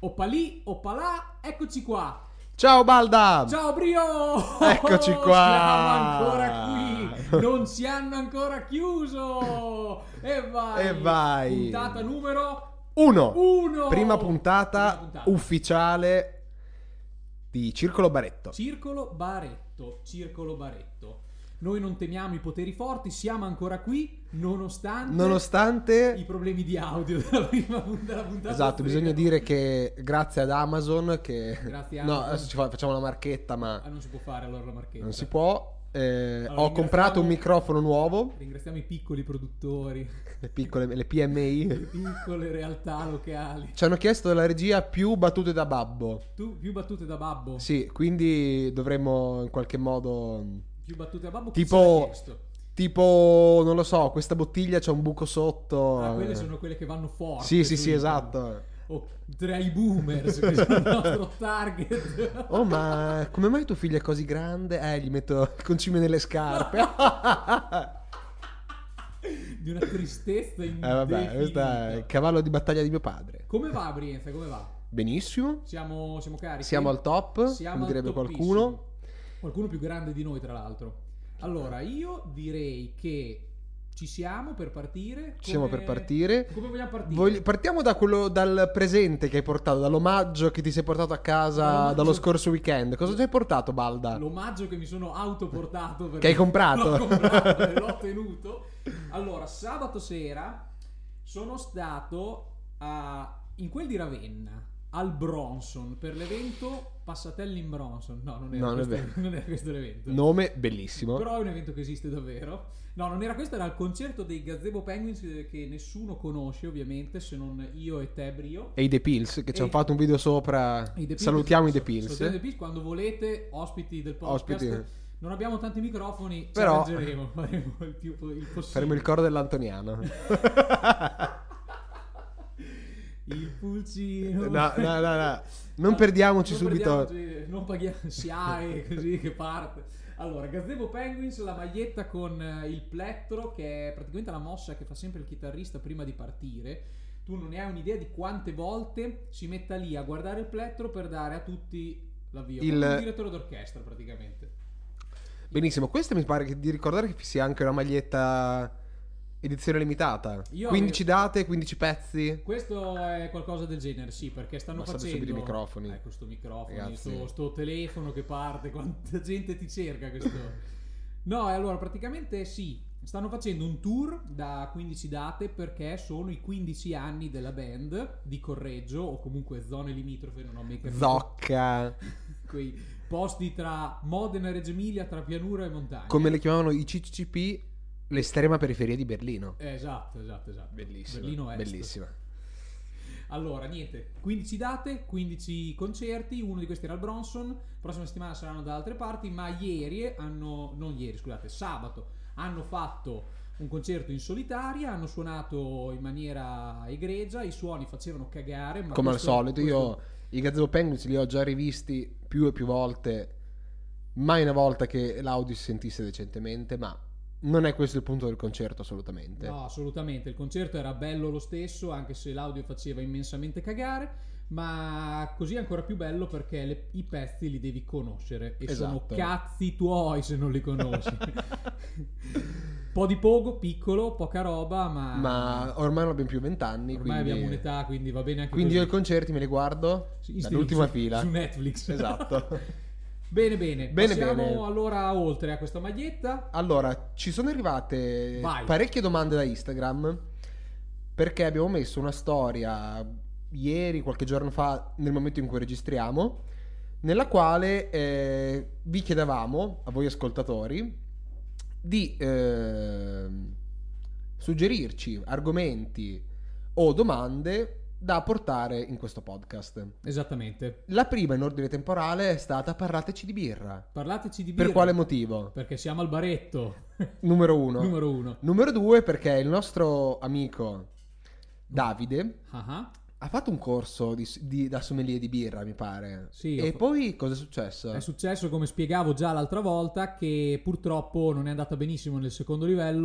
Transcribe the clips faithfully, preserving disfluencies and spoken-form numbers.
Oppalì, oppalà, eccoci qua. Ciao Balda! Ciao Brio! Eccoci qua! Siamo ancora qui! Non ci hanno ancora chiuso! E vai! E vai! Puntata numero Uno! uno! Prima puntata, Prima puntata. ufficiale di Circolo Baretto. Circolo Baretto, Circolo Baretto. Noi non temiamo i poteri forti, siamo ancora qui, nonostante, Nonostante... i problemi di audio della prima puntata. Della puntata Esatto, zero. bisogna dire che grazie ad Amazon che... Grazie a No, Amazon. adesso ci fa- facciamo la marchetta, ma Ah, non si può fare allora la marchetta. non si può. Eh, Allora, ho comprato un ringraziamo- microfono nuovo, Ringraziamo i piccoli produttori, le piccole, le P M le I. piccole realtà locali. Ci hanno chiesto dalla regia più battute da babbo. Tu più battute da babbo? Sì, quindi dovremmo in qualche modo... Più battute da babbo? Chi Tipo- ce l'ha chiesto? Tipo, non lo so, questa bottiglia c'ha un buco sotto. Ah, eh. quelle sono quelle che vanno forte. Sì, sì, su sì, internet. esatto. Oh, tra i boomers, che sono il nostro target. Oh, ma come mai tuo figlio è così grande? Eh, gli metto il concime nelle scarpe. Di una tristezza Eh, vabbè, questo è il cavallo di battaglia di mio padre. Come va, Brienza? Come va? Benissimo. Siamo, siamo carichi? Siamo al top, Siamo come al direbbe toppissimo. qualcuno. Qualcuno più grande di noi, tra l'altro. Allora, io direi che ci siamo per partire. Ci siamo Come- per partire. Come vogliamo partire? Vogli- Partiamo da quello, dal presente che hai portato, dall'omaggio che ti sei portato a casa Dall'omaggio- dallo scorso weekend. Cosa ci hai portato, Balda? L'omaggio che mi sono autoportato perché Che hai comprato? l'ho comprato e l'ho tenuto. Allora, sabato sera sono stato a, in quel di Ravenna al Bronson per l'evento Passatelli in Bronson. No, non era, No, non è questo, vero. non era questo l'evento. Nome bellissimo. Però è un evento che esiste davvero. No, non era questo, era il concerto dei Gazebo Penguins eh, che nessuno conosce ovviamente se non io e te, Brio. E i The Pills che ci E- hanno fatto un video sopra. I The Pills- Salutiamo i The salutiamo Pills. i The Pills. Quando volete, ospiti del podcast. Ospiti. Non abbiamo tanti microfoni, Però- ci arrangeremo, faremo il più il possibile. Faremo il coro dell'Antoniano. Il pulcino. No, no, no, no. Non perdiamoci non subito. perdiamoci, non paghiamo SIAE così che parte. Allora, Gazebo Penguins, la maglietta con eh, il plettro, che è praticamente la mossa che fa sempre il chitarrista prima di partire. Tu non ne hai un'idea di quante volte si metta lì a guardare il plettro per dare a tutti l'avvio. Il- Come un direttore d'orchestra praticamente. Benissimo, questa mi pare che- di ricordare che sia anche una maglietta edizione limitata. Io quindici date, quindici pezzi. Questo è qualcosa del genere, sì, perché stanno Basta facendo subito i microfoni. Ecco sto microfono, Ragazzi. sto, sto telefono che parte, quanta gente ti cerca questo. No, e allora praticamente sì, stanno facendo un tour da quindici date perché sono i quindici anni della band di Correggio o comunque zone limitrofe, non ho mica Zocca. quei posti tra Modena e Reggio Emilia, tra pianura e montagna. Come le chiamavano i C C P, l'estrema periferia di Berlino. Eh, esatto, esatto, esatto. Bellissima. Berlino Est. Bellissima. Allora, niente, quindici date, quindici concerti, uno di questi era il Bronson, prossima settimana saranno da altre parti, ma ieri hanno, non ieri, scusate, sabato, hanno fatto un concerto in solitaria, hanno suonato in maniera egregia, i suoni facevano cagare, ma Come questo- al solito, questo- io i Gazebo Penguins li ho già rivisti più e più volte. Mai una volta che l'audio si sentisse decentemente, ma non è questo il punto del concerto, assolutamente. No, assolutamente, il concerto era bello lo stesso, anche se l'audio faceva immensamente cagare, ma così è ancora più bello perché le- i pezzi li devi conoscere e sono Esatto. cazzi tuoi se non li conosci. Po' di pogo, piccolo, poca roba, ma, Ma ormai non abbiamo più vent'anni, ormai quindi... abbiamo un'età, quindi va bene anche Quindi io i così. concerti me li guardo Sì, dall'ultima su- fila. su Netflix. Esatto. Bene, bene, Bene, passiamo bene. allora oltre a questa maglietta. Allora, ci sono arrivate Vai. parecchie domande da Instagram perché abbiamo messo una storia ieri, qualche giorno fa, nel momento in cui registriamo, nella quale eh, vi chiedevamo, a voi ascoltatori, di ehm, suggerirci argomenti o domande da portare in questo podcast. Esattamente. La prima in ordine temporale è stata parlateci di birra. Parlateci di Per birra. quale motivo? Perché siamo al baretto. Numero uno. Numero uno. Numero due perché il nostro amico Davide Ah ah. ha fatto un corso di, di- da sommelier di birra, mi pare. Sì, E ho fa- poi cosa è successo? È successo, come spiegavo già l'altra volta, che purtroppo non è andata benissimo nel secondo livello,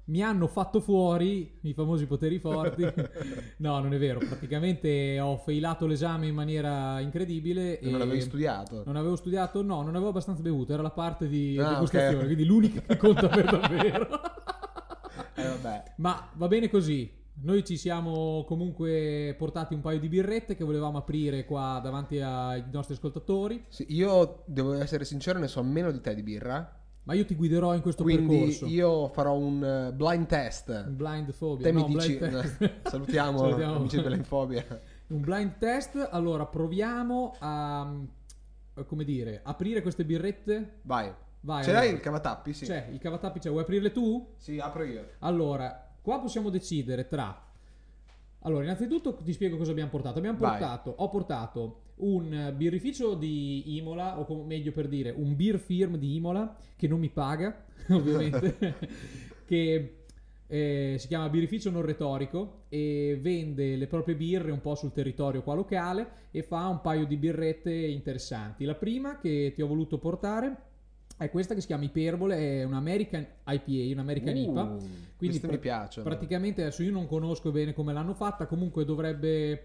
mi hanno fatto fuori i famosi poteri forti. No, non è vero, praticamente ho failato l'esame in maniera incredibile. E non avevi studiato? Non avevo studiato, no, non avevo abbastanza bevuto, era la parte di Ah, degustazione, ok. quindi l'unica che conta per davvero. Eh, vabbè. Ma va bene così. Noi ci siamo comunque portati un paio di birrette che volevamo aprire qua davanti ai nostri ascoltatori. Sì, io devo essere sincero, ne so meno di te di birra. Ma io ti guiderò in questo Quindi percorso. io farò un eh, blind test. Un blind phobia. Te mi no, un dici, blind test. eh, salutiamo, Salutiamo. amici di Blind. Un blind test. Allora, proviamo a, eh, come dire, aprire queste birrette. Vai. Vai, Ce allora. l'hai il cavatappi? Sì. C'è, il cavatappi c'è. Vuoi aprirle tu? Sì, apro io. Allora, qua possiamo decidere tra... Allora, innanzitutto ti spiego cosa abbiamo portato. Abbiamo Vai. portato, ho portato un birrificio di Imola, o com- meglio per dire, un beer firm di Imola, che non mi paga, ovviamente, che eh, si chiama Birrificio Non Retorico e vende le proprie birre un po' sul territorio qua locale e fa un paio di birrette interessanti. La prima che ti ho voluto portare è questa che si chiama Iperbole, è un American I P A, un American I P A. Uh, Quindi queste pra- mi piacciono. Praticamente adesso io non conosco bene come l'hanno fatta, comunque dovrebbe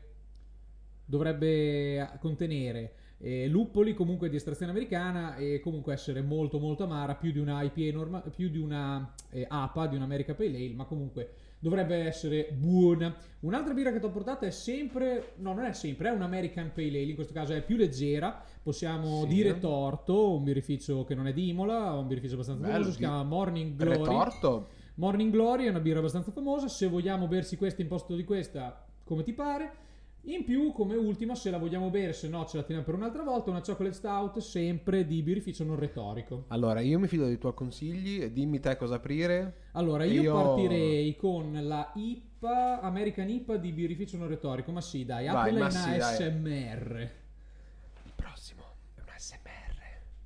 dovrebbe contenere eh, luppoli comunque di estrazione americana e comunque essere molto molto amara, più di una I P A norma- più di una eh, A P A, di un American Pale Ale, ma comunque dovrebbe essere buona. Un'altra birra che ti ho portato è sempre, no, non è sempre, è un American Pale Ale, in questo caso è più leggera, possiamo Sì. dire Torto, un birrificio che non è di Imola, un birrificio abbastanza Bello, famoso, si di- chiama Morning Glory. Retorto? Morning Glory è una birra abbastanza famosa, se vogliamo bersi questa in posto di questa, come ti pare. In più, come ultima, se la vogliamo bere, se no ce la teniamo per un'altra volta, una chocolate stout sempre di birrificio non retorico. Allora, io mi fido dei tuoi consigli e dimmi te cosa aprire. Allora, io, Io- partirei con la I P A, American I P A di birrificio non retorico, ma sì, dai, Vai, aprila ma in sì, dai. A S M R. Il prossimo è un A S M R.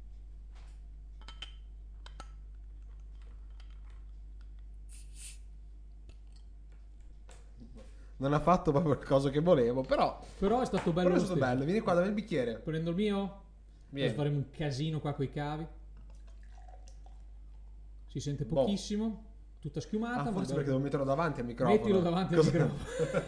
Non ha fatto proprio il coso che volevo, però, Però è stato bello però è lo stato stesso. bello. Vieni qua, dammi il bicchiere. Prendo il mio? Vieni. Adesso faremo un casino qua coi cavi. Si sente Boh. pochissimo, tutta schiumata. Ah, ma forse bello. perché devo metterlo davanti al microfono. Mettilo davanti al Cosa- microfono.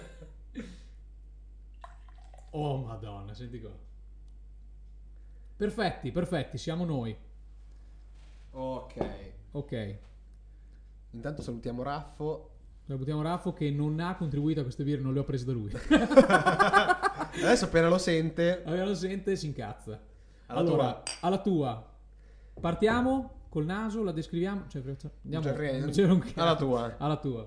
Oh madonna, senti qua. Perfetti, perfetti, siamo noi. Ok. Ok. Intanto salutiamo Raffo. Salutiamo Raffo che non ha contribuito a queste birre, non le ho prese da lui. Adesso appena lo sente, Allora lo sente e si incazza. Alla allora, tua. alla tua. Partiamo col naso, la descriviamo. Cioè, andiamo. Cioè, re- non c'era un cazzo. alla tua. Alla tua.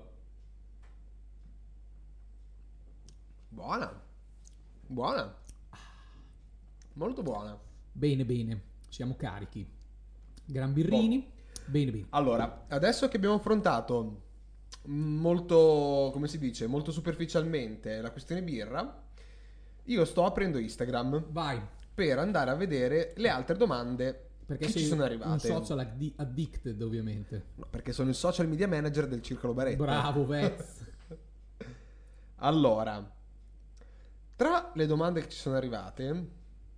Buona. Buona. Molto buona. Bene, bene. Siamo carichi. Gran birrini. Bene, bene. Allora, adesso che abbiamo affrontato molto, come si dice, molto superficialmente la questione birra, io sto aprendo Instagram Vai. per andare a vedere le altre domande Perché che sei ci sono un arrivate. social addi- addicted, ovviamente. No, perché sono il social media manager del Circolo Baretta. Bravo, Vez. Allora, tra le domande che ci sono arrivate,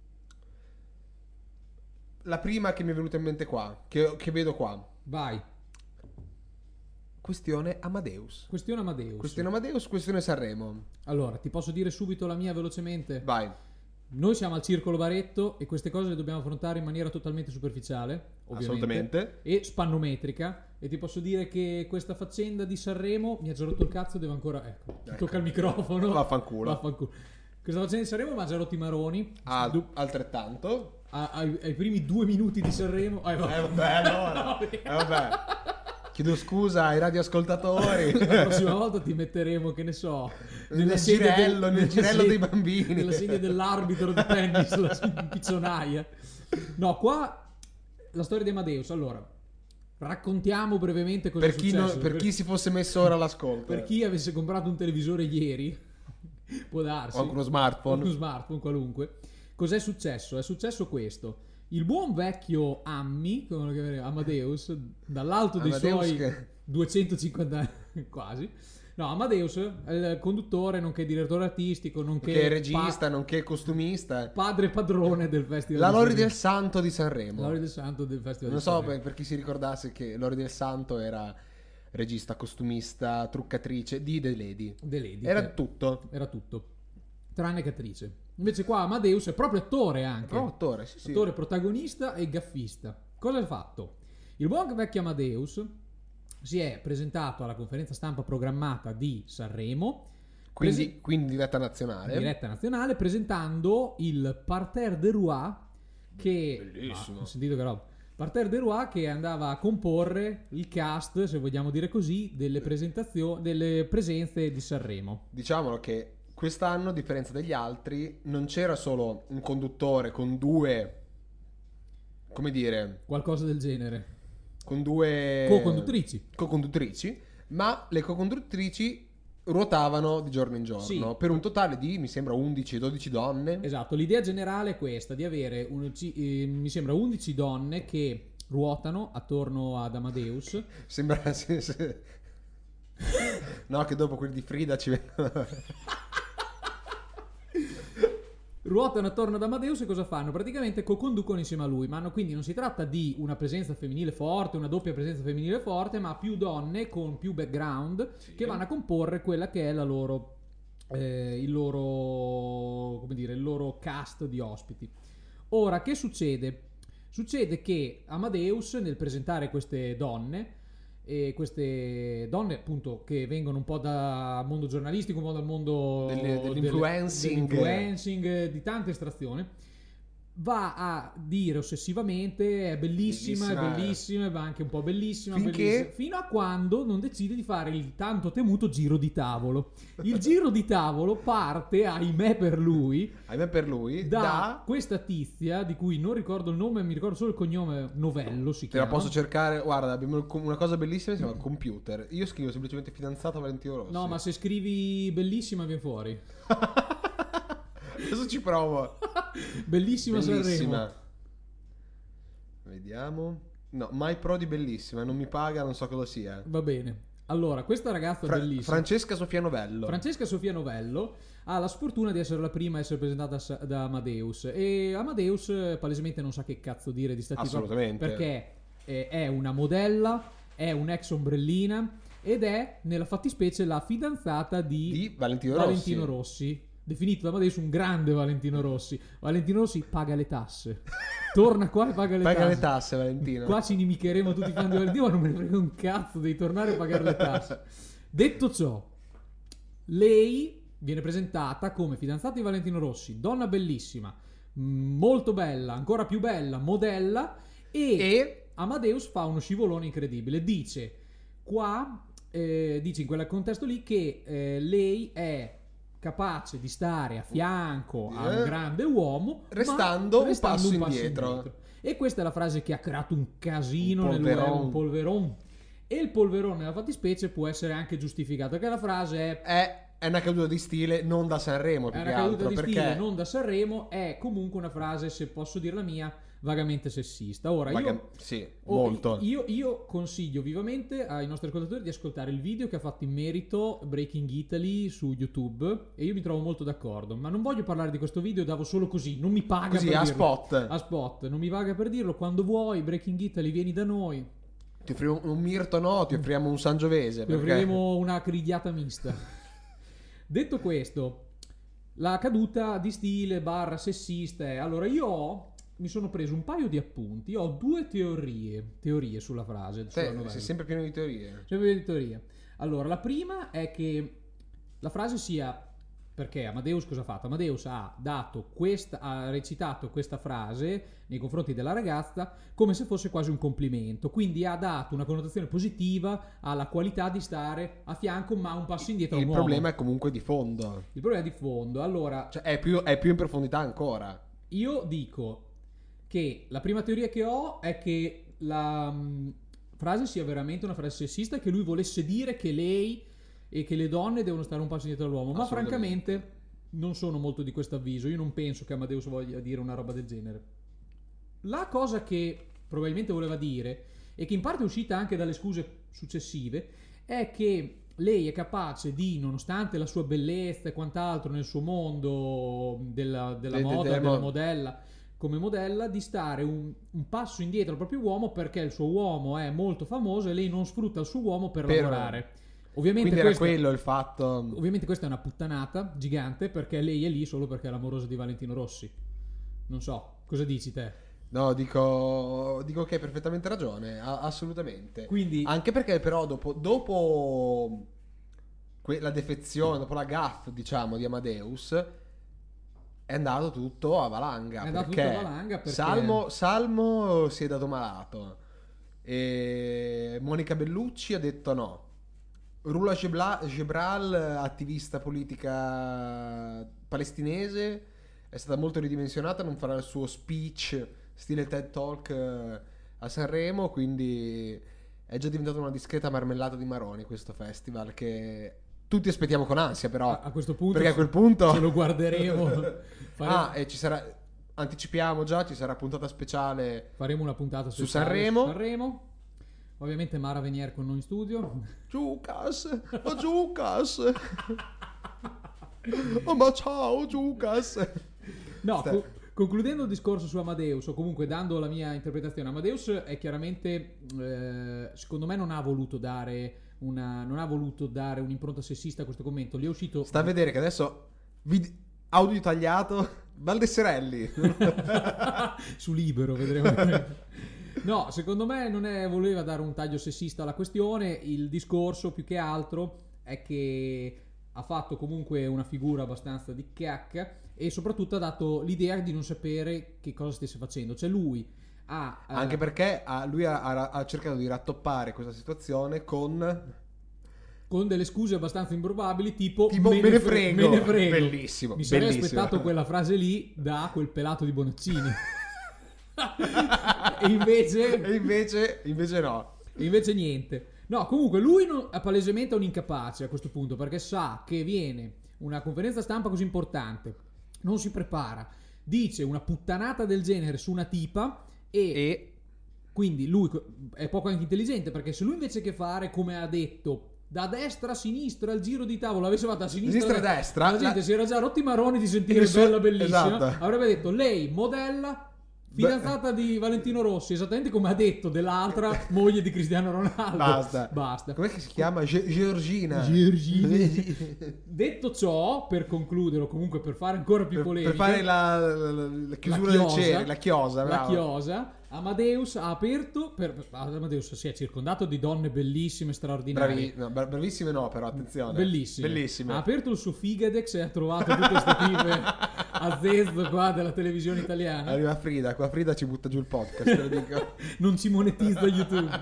la prima che mi è venuta in mente qua, che, che vedo qua, Vai. questione Amadeus. Questione Amadeus. Questione Amadeus, questione Sanremo. Allora, ti posso dire subito la mia velocemente? Vai. Noi siamo al Circolo Baretto e queste cose le dobbiamo affrontare in maniera totalmente superficiale, ovviamente. Assolutamente. E spannometrica. E ti posso dire che questa faccenda di Sanremo mi ha già rotto il cazzo, devo ancora... Ecco, ti Ecco. tocca il microfono. Vaffanculo. Vaffanculo. Questa faccenda di Sanremo mi ha già rotto i maroni. Ah, Du- altrettanto. a- ai, ai primi due minuti di Sanremo... Eh, Eh vabbè, allora. Eh vabbè. Chiedo scusa ai radioascoltatori. La prossima volta ti metteremo, che ne so, Nel sedia girello, nel nella girello sedia- dei bambini. nella sedia dell'arbitro di tennis, la pizzonaia. No, qua la storia di Amadeus. Allora, raccontiamo brevemente cosa Per è chi, successo. no- per chi si fosse messo ora all'ascolto. per chi avesse comprato un televisore ieri, può darsi, O anche uno smartphone. o uno smartphone qualunque. Cos'è successo? È successo questo. Il buon vecchio Ammi, come lo chiameremo, Amadeus, dall'alto dei Amadeus suoi che- duecentocinquanta anni, quasi. No, Amadeus è il conduttore, nonché direttore artistico, nonché Che è regista, pa- nonché costumista. padre padrone del Festival La di Lori Sanremo. del Santo di Sanremo. Lori del Santo del Festival Non di so Sanremo. per, per chi si ricordasse che Lori del Santo era regista, costumista, truccatrice di The Lady. The Lady, Era che- tutto. Era tutto. Tranne che attrice. Invece qua Amadeus è proprio attore anche. Però attore, sì, sì. Attore, protagonista e gaffista. Cosa ha fatto? Il buon vecchio Amadeus si è presentato alla conferenza stampa programmata di Sanremo, Quindi, prese- quindi diretta nazionale. diretta nazionale, presentando il Parterre des Rois, che Bellissimo. ah, ho sentito che roba. Parterre des Rois che andava a comporre il cast, se vogliamo dire così, delle presentazioni, delle presenze di Sanremo. Diciamolo che quest'anno, a differenza degli altri, non c'era solo un conduttore con due, come dire, Qualcosa del genere. con due Co-conduttrici. co-conduttrici, ma le co-conduttrici ruotavano di giorno in giorno, Sì. per un totale di, mi sembra, undici dodici donne. Esatto, l'idea generale è questa, di avere, un, ci- eh, mi sembra, undici donne che ruotano attorno ad Amadeus. Sembra se- se- no, che dopo quelli di Frida ci vengono. Ruotano attorno ad Amadeus e cosa fanno? Praticamente co-conducono insieme a lui, ma no- quindi non si tratta di una presenza femminile forte, una doppia presenza femminile forte, ma più donne con più background che vanno a comporre quella che è la loro, eh, il loro, come dire, il loro cast di ospiti. Ora, che succede? Succede che Amadeus, nel presentare queste donne, e queste donne appunto che vengono un po' dal mondo giornalistico, un po' dal mondo Delle- delle- dell'influencing. dell'influencing, eh, di tante estrazioni, va a dire ossessivamente è bellissima, Bellissima, è bellissima, è anche un po' bellissima, Finché- bellissima, fino a quando non decide di fare il tanto temuto giro di tavolo. Il giro di tavolo parte, ahimè per lui, Ahimè per lui, da, da... questa tizia di cui non ricordo il nome, mi ricordo solo il cognome, Novello si Te la chiama. posso cercare, guarda, abbiamo una cosa bellissima, si chiama computer. Io scrivo semplicemente fidanzata Valentino Rossi. No, ma se scrivi bellissima viene fuori. Adesso ci provo. Bellissima, Sanremo. Bellissima. Vediamo. No, My Pro di bellissima, non mi paga, non so cosa sia. Va bene. Allora, questa ragazza Fra- bellissima. Francesca Sofia Novello. Francesca Sofia Novello ha la sfortuna di essere la prima a essere presentata sa- da Amadeus. E Amadeus eh, palesemente non sa che cazzo dire di sta tipa, Assolutamente. perché eh, è una modella, è un'ex ombrellina ed è nella fattispecie la fidanzata di, Di Valentino, Valentino Rossi. Rossi. Definito da Amadeus un grande Valentino Rossi. Valentino Rossi paga le tasse. Torna qua e paga le Paga tasse. le tasse, Valentino. Qua ci inimicheremo tutti i fan di Valentino, ma non me ne frega un cazzo, devi tornare a pagare le tasse. Detto ciò, lei viene presentata come fidanzata di Valentino Rossi, donna bellissima, mh, molto bella, ancora più bella, modella, e, E Amadeus fa uno scivolone incredibile. Dice qua, eh, dice in quel contesto lì che eh, lei è capace di stare a fianco a un Eh. grande uomo, ma Restando un passo indietro. E questa è la frase che ha creato un casino Un nel polveron. web, un polveron. E il polverone nella fattispecie può essere anche giustificato, perché la frase è è, è una caduta di stile non da Sanremo, è più una che caduta altro, di perché stile, non da Sanremo, è comunque una frase, se posso dire la mia, vagamente sessista. Ora Vaga- io, sì, oh, molto. io, io consiglio vivamente ai nostri ascoltatori di ascoltare il video che ha fatto in merito Breaking Italy su YouTube, e io mi trovo molto d'accordo, ma non voglio parlare di questo video, davo solo così, non mi paga Così per a dirlo. spot. A spot, non mi paga per dirlo. Quando vuoi Breaking Italy vieni da noi, Ti offriamo un Mirto, no, ti offriamo un Sangiovese. ti perché- offriremo una grigliata mista. Detto questo, la caduta di stile barra sessista è... Allora io ho, mi sono preso un paio di appunti, ho due teorie, teorie sulla frase, sulla Te, novella. sei sempre pieno di teorie. Sempre di teorie. Allora, la prima è che la frase sia... Perché Amadeus cosa ha fatto? Amadeus ha dato questa, ha recitato questa frase nei confronti della ragazza come se fosse quasi un complimento, quindi ha dato una connotazione positiva alla qualità di stare a fianco, ma un passo indietro a Il un uomo. problema è comunque di fondo. Il problema è di fondo. Allora, Cioè, è più, è più in profondità ancora. io dico che la prima teoria che ho è che la mh, frase sia veramente una frase sessista e che lui volesse dire che lei e che le donne devono stare un passo indietro all'uomo, ma Assolutamente. francamente non sono molto di questo avviso. Io non penso che Amadeus voglia dire una roba del genere. La cosa che probabilmente voleva dire, e che in parte è uscita anche dalle scuse successive, è che lei è capace di, nonostante la sua bellezza e quant'altro nel suo mondo della, della De- de- moda, della della mo- modella, come modella di stare un, un passo indietro al proprio uomo perché il suo uomo è molto famoso e lei non sfrutta il suo uomo per, Per- lavorare. Ovviamente Quindi era questo, quello il fatto. ovviamente questa è una puttanata gigante perché lei è lì solo perché è l'amorosa di Valentino Rossi. Non so, cosa dici te? No, dico, dico che hai perfettamente ragione, a- assolutamente. Quindi Anche perché però dopo, dopo que- la defezione, dopo la gaffe, diciamo, di Amadeus, è andato tutto a valanga. È andato perché tutto a valanga perché- Salmo, Salmo si è dato malato e Monica Bellucci ha detto no. Rula Gebla- Gebral, attivista politica palestinese, è stata molto ridimensionata, non farà il suo speech stile TED Talk eh, a Sanremo, quindi è già diventato una discreta marmellata di maroni questo festival che tutti aspettiamo con ansia, però a, a questo punto perché a quel punto ce lo guarderemo. Faremo, ah, e ci sarà, anticipiamo già, ci sarà puntata speciale faremo una puntata su speciale Sanremo. su Sanremo. Ovviamente Mara Venier con noi in studio. Giucas, oh Giucas. Oh ma ciao Giucas. No, Sta- co- concludendo il discorso su Amadeus, o comunque dando la mia interpretazione, Amadeus è chiaramente, eh, secondo me, non ha voluto dare una, non ha voluto dare un'impronta sessista a questo commento. Gli è uscito Sta a vedere che adesso vid- audio tagliato Valdesserelli. su Libero, vedremo. No, secondo me non è, voleva dare un taglio sessista alla questione. Il discorso più che altro è che ha fatto comunque una figura abbastanza di cacca e soprattutto ha dato l'idea di non sapere che cosa stesse facendo. Cioè lui ha eh, Anche perché ha- lui ha, ha- ha cercato di rattoppare questa situazione con con delle scuse abbastanza improbabili, tipo, tipo me ne frego. me ne frego. Bellissimo, Mi sarei bellissimo. aspettato quella frase lì da quel pelato di Bonaccini. E invece E invece, invece no. E invece niente. No, comunque lui non, è palesemente un incapace a questo punto perché sa che viene una conferenza stampa così importante, non si prepara, dice una puttanata del genere su una tipa e, E quindi lui co- è poco anche intelligente perché se lui invece che fare come ha detto da destra a sinistra al giro di tavolo avesse fatto a sinistra, Sinistra a de- destra, la gente la- si era già rotti i maroni di sentire E nessuno- bella bellissima, esatto. avrebbe detto lei modella fidanzata di Valentino Rossi, esattamente come ha detto dell'altra moglie di Cristiano Ronaldo. basta. Basta. Com'è che si chiama? Ge- Georgina. Georgina. Detto ciò, per concludere, o comunque per fare ancora più per, polemica, per fare la, la- la chiusura la del chiosa, cerchio, la chiosa, la bravo. chiosa, Amadeus ha aperto per, Amadeus si è circondato di donne bellissime, straordinarie. Bravi, no, bra- bravissime no, però attenzione. Bellissime. Bellissime. Ha aperto il suo Figadex e ha trovato tutte queste tipe a zezzo qua della televisione italiana. Arriva Frida, qua Frida ci butta giù il podcast, te lo dico. Non ci monetizza YouTube.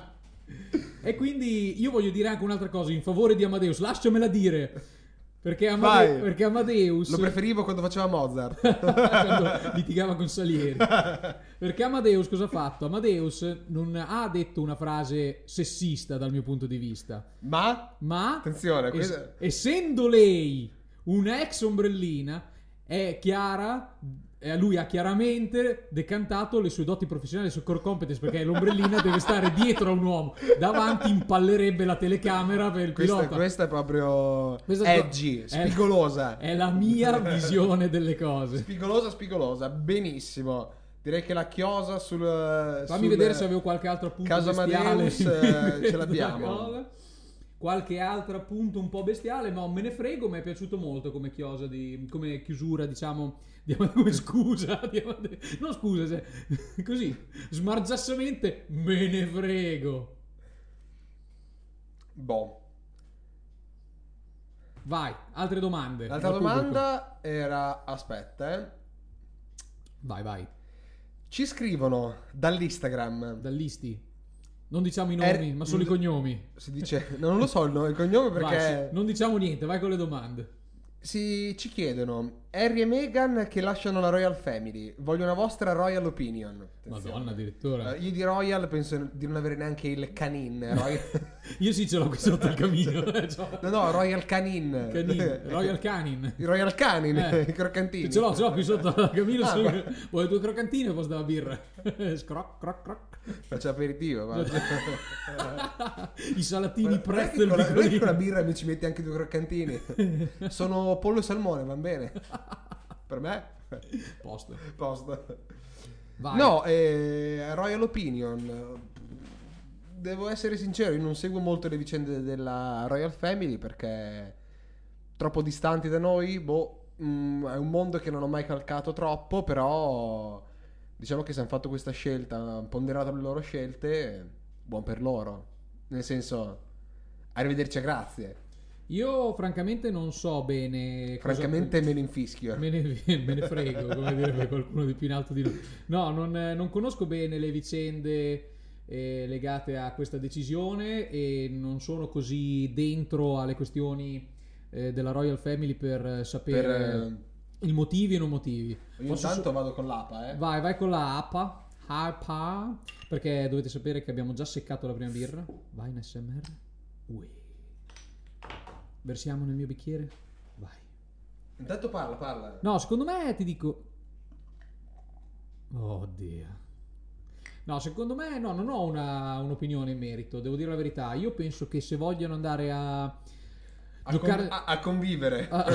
E quindi io voglio dire anche un'altra cosa in favore di Amadeus, lasciamela dire. Perché, Amade- Vai. perché Amadeus Lo preferivo quando faceva Mozart. quando litigava con Salieri. Perché Amadeus cosa ha fatto? Amadeus non ha detto una frase sessista dal mio punto di vista, Ma ma attenzione, es- questa- essendo lei una ex ombrellina, è chiara, e lui ha chiaramente decantato le sue doti professionali, le sue core competence, perché l'ombrellina deve stare dietro a un uomo, davanti impallerebbe la telecamera per il questa, pilota. questa è proprio Questa è- edgy, è- spigolosa. È la mia visione delle cose. Spigolosa, spigolosa, benissimo. Direi che la chiosa sul Fammi sul- vedere se avevo qualche altro appunto Caso bestiale. Amadeus, eh, in mezzo ce l'abbiamo. alla cosa. Qualche altro appunto un po' bestiale, ma me ne frego, mi è piaciuto molto come chiosa di, come chiusura, diciamo, di Amade- come scusa, di Amade- non scusa, se- così, smargiassamente me ne frego. Boh. Vai, altre domande. L'altra dal pubblico. domanda era aspetta, eh. Vai, vai, Ci scrivono dall'Instagram. dall'Isti. Non diciamo i nomi, Er- ma solo i cognomi. Si dice, non lo so il, nome- il cognome perché Vai, sì, non diciamo niente, vai con le domande. si, ci chiedono Harry e Meghan che lasciano la Royal Family. Voglio una vostra Royal Opinion. Attenzione. Madonna, addirittura. Eh, io di Royal penso di non avere neanche il canin. Royal... Io sì ce l'ho qui sotto il camino. eh, c'ho- no, no, Royal Canin. Canin, Royal Canin. Il Royal Canin, Eh. i croccantini. Ce l'ho, ce l'ho qui sotto il camino. Ah, su- ma- Vuoi due croccantine e posto della birra? Scroc, croc, croc. Faccio aperitivo, va. I salatini Guarda prezzo che del con la, guarda che con la piccolino. birra mi ci metti anche due croccantini. Sono pollo e salmone, va bene. Per me. Posto. Posto. Vai. No, eh, Royal Opinion. Devo essere sincero, io non seguo molto le vicende della Royal Family perché troppo distanti da noi. Boh, mm, è un mondo che non ho mai calcato troppo, però diciamo che se hanno fatto questa scelta, hanno ponderato le loro scelte, buon per loro. Nel senso, arrivederci a grazie. Io francamente non so bene cosa- Francamente me ne infischio. Me ne, me ne frego, come direbbe qualcuno di più in alto di noi. No, non, non conosco bene le vicende eh, legate a questa decisione e non sono così dentro alle questioni eh, della Royal Family per sapere Per, eh, i motivi e non motivi. Io Posso intanto so- vado con l'A P A, eh. Vai, vai con la A P A, A P A, perché dovete sapere che abbiamo già seccato la prima birra. Vai in A S M R. Ui. Versiamo nel mio bicchiere. Vai. Intanto parla, parla. No, secondo me ti dico. Oddio. No, secondo me no, non ho una, un'opinione in merito, devo dire la verità. Io penso che se vogliono andare a A, giocare con- a- a convivere. a,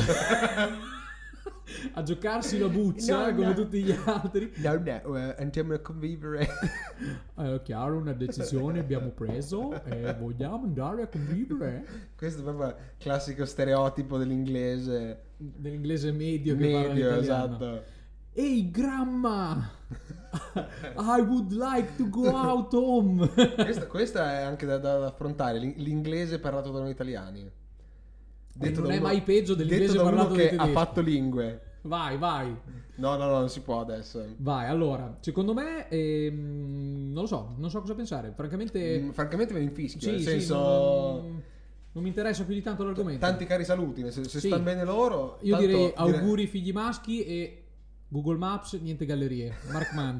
a giocarsi la buccia No, come no. tutti gli altri. No, no, eh, andiamo a convivere. È chiaro, una decisione abbiamo preso e vogliamo andare a convivere. Questo è proprio il classico stereotipo dell'inglese Dell'inglese medio che parla medio, l'italiano. esatto. Ehi grandma, I would like to go out home. Questa, questa è anche da, da affrontare, l'in- l'inglese parlato da noi italiani. non da è uno- mai peggio dell'inglese detto da uno parlato dai che ha tedeschi. fatto lingue. Vai, vai, No, no, no, non si può adesso. vai. Allora, secondo me, ehm, non lo so, non so cosa pensare. Francamente, Mm, francamente me ne infischio, sì, nel sì, senso... non, non mi interessa più di tanto l'argomento. Tanti cari saluti, nel senso, se Sì. stanno bene loro... Io tanto direi auguri figli maschi e Google Maps, niente gallerie. Mark Mann.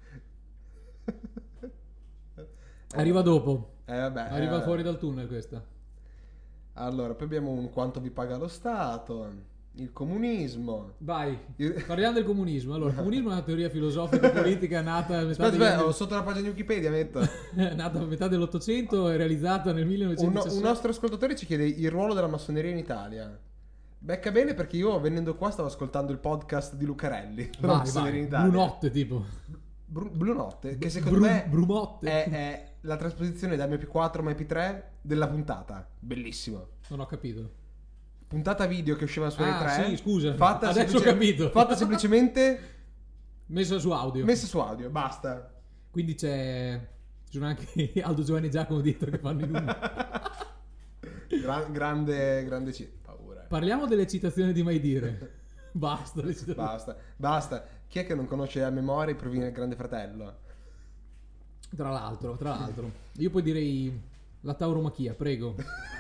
Arriva dopo. Eh, vabbè, Arriva eh, fuori dal tunnel questa. Allora, poi abbiamo un quanto vi paga lo Stato, il comunismo. Vai, Io- parliamo del comunismo. Allora, il comunismo è una teoria filosofica politica nata a metà, Aspetta, degli aspetta, anni- ho sotto la pagina di Wikipedia, metto. nata a metà dell'Ottocento e realizzata nel Un, millenovecentodiciassette. un nostro ascoltatore ci chiede il ruolo della massoneria in Italia. Becca bene perché io venendo qua stavo ascoltando il podcast di Lucarelli. sulla Vai, massoneria vai. in Italia. Blu Notte, tipo. Bru- Blu Notte, che secondo Bru- me Brumotte. è, è la trasposizione da M P quattro a M P tre della puntata. Bellissimo. Non ho capito. Puntata video che usciva su Rai Ah, tre. sì, scusa. Fatta Adesso ho capito. Fatta semplicemente Messa su audio. messa su audio, basta. Quindi c'è... Ci sono anche Aldo Giovanni e Giacomo dietro che fanno i numeri. Gran- grande, grande ci- paura. Parliamo delle citazioni di Mai Dire. Basta le citazioni. Basta, basta. Chi è che non conosce a memoria i provini del Grande Fratello? Tra l'altro, tra l'altro. Io poi direi la tauromachia, prego.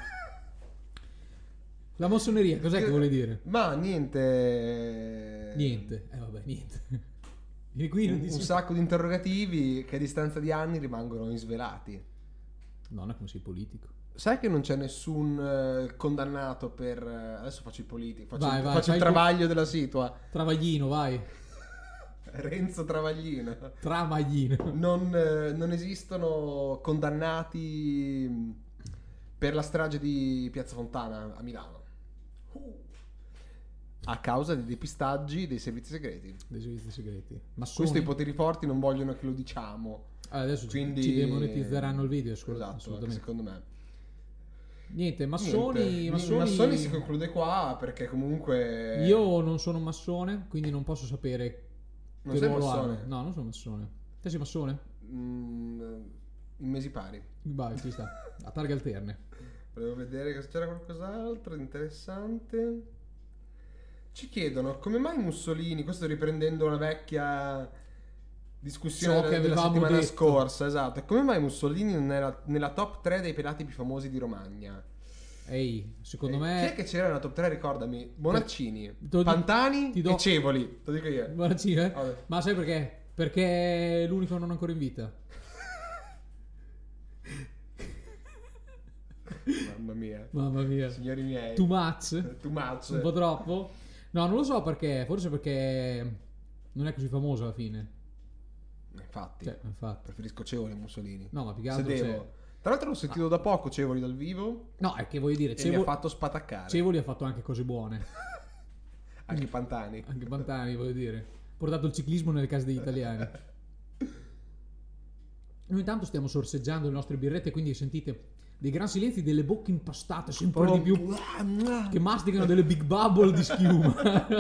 La massoneria, cos'è che vuole dire? Ma niente. Niente. Eh vabbè, niente. Vieni qui non Un, dici... un sacco di interrogativi che a distanza di anni rimangono insvelati. No, non è come sei politico. Sai che non c'è nessun eh, condannato per... eh, adesso faccio il politico, faccio, Vai, il, vai, faccio il fai il- travaglio della situa. Travaglino, vai. Renzo Travaglino. Tramaglino. Non, eh, non esistono condannati mh, per la strage di Piazza Fontana a Milano. A causa dei depistaggi dei servizi segreti. Dei servizi segreti. Ma Questo i poteri forti non vogliono che lo diciamo. adesso ci- Quindi ci demonetizzeranno il video, scusa, Esatto, anche assolutamente. secondo me. Niente, massoni, Niente. massoni... Massoni si conclude qua perché comunque Io non sono massone, quindi non posso sapere Non che sei ruolo massone? hanno. No, non sono massone. Te sei massone? mm, in mesi pari. Vai, ci sta. A targhe alterne. Volevo vedere se c'era qualcos'altro di interessante. Ci chiedono come mai Mussolini, questo riprendendo una vecchia discussione Ciò che della avevamo settimana detto. scorsa, esatto. Come mai Mussolini non era nella top tre dei pelati più famosi di Romagna? Ehi, secondo Eh, me... Chi è che c'era nella top tre? Ricordami. Bonaccini, Te lo dico- Pantani ti do- e Cevoli. Te lo dico io. Guarda, sì, eh? Vabbè. Ma sai perché? Perché l'unico non ancora in vita. Mamma mia. Mamma mia. Signori miei. Too much? Too much. Un po' troppo? No, non lo so perché. Forse perché non è così famoso alla fine. Infatti. Cioè, infatti. Preferisco Cevoli a Mussolini. No, ma più che altro Sedevo. c'è- Tra l'altro l'ho sentito da poco Cevoli dal vivo No, è che voglio dire, e mi ha Cevo- fatto spataccare. Cevoli ha fatto anche cose buone. Anche Pantani. Anche Pantani, voglio dire. Portato il ciclismo nelle case degli italiani. Noi intanto stiamo sorseggiando le nostre birrette, quindi sentite dei gran silenzi, delle bocche impastate sempre Oh, di più, che masticano delle big bubble di schiuma.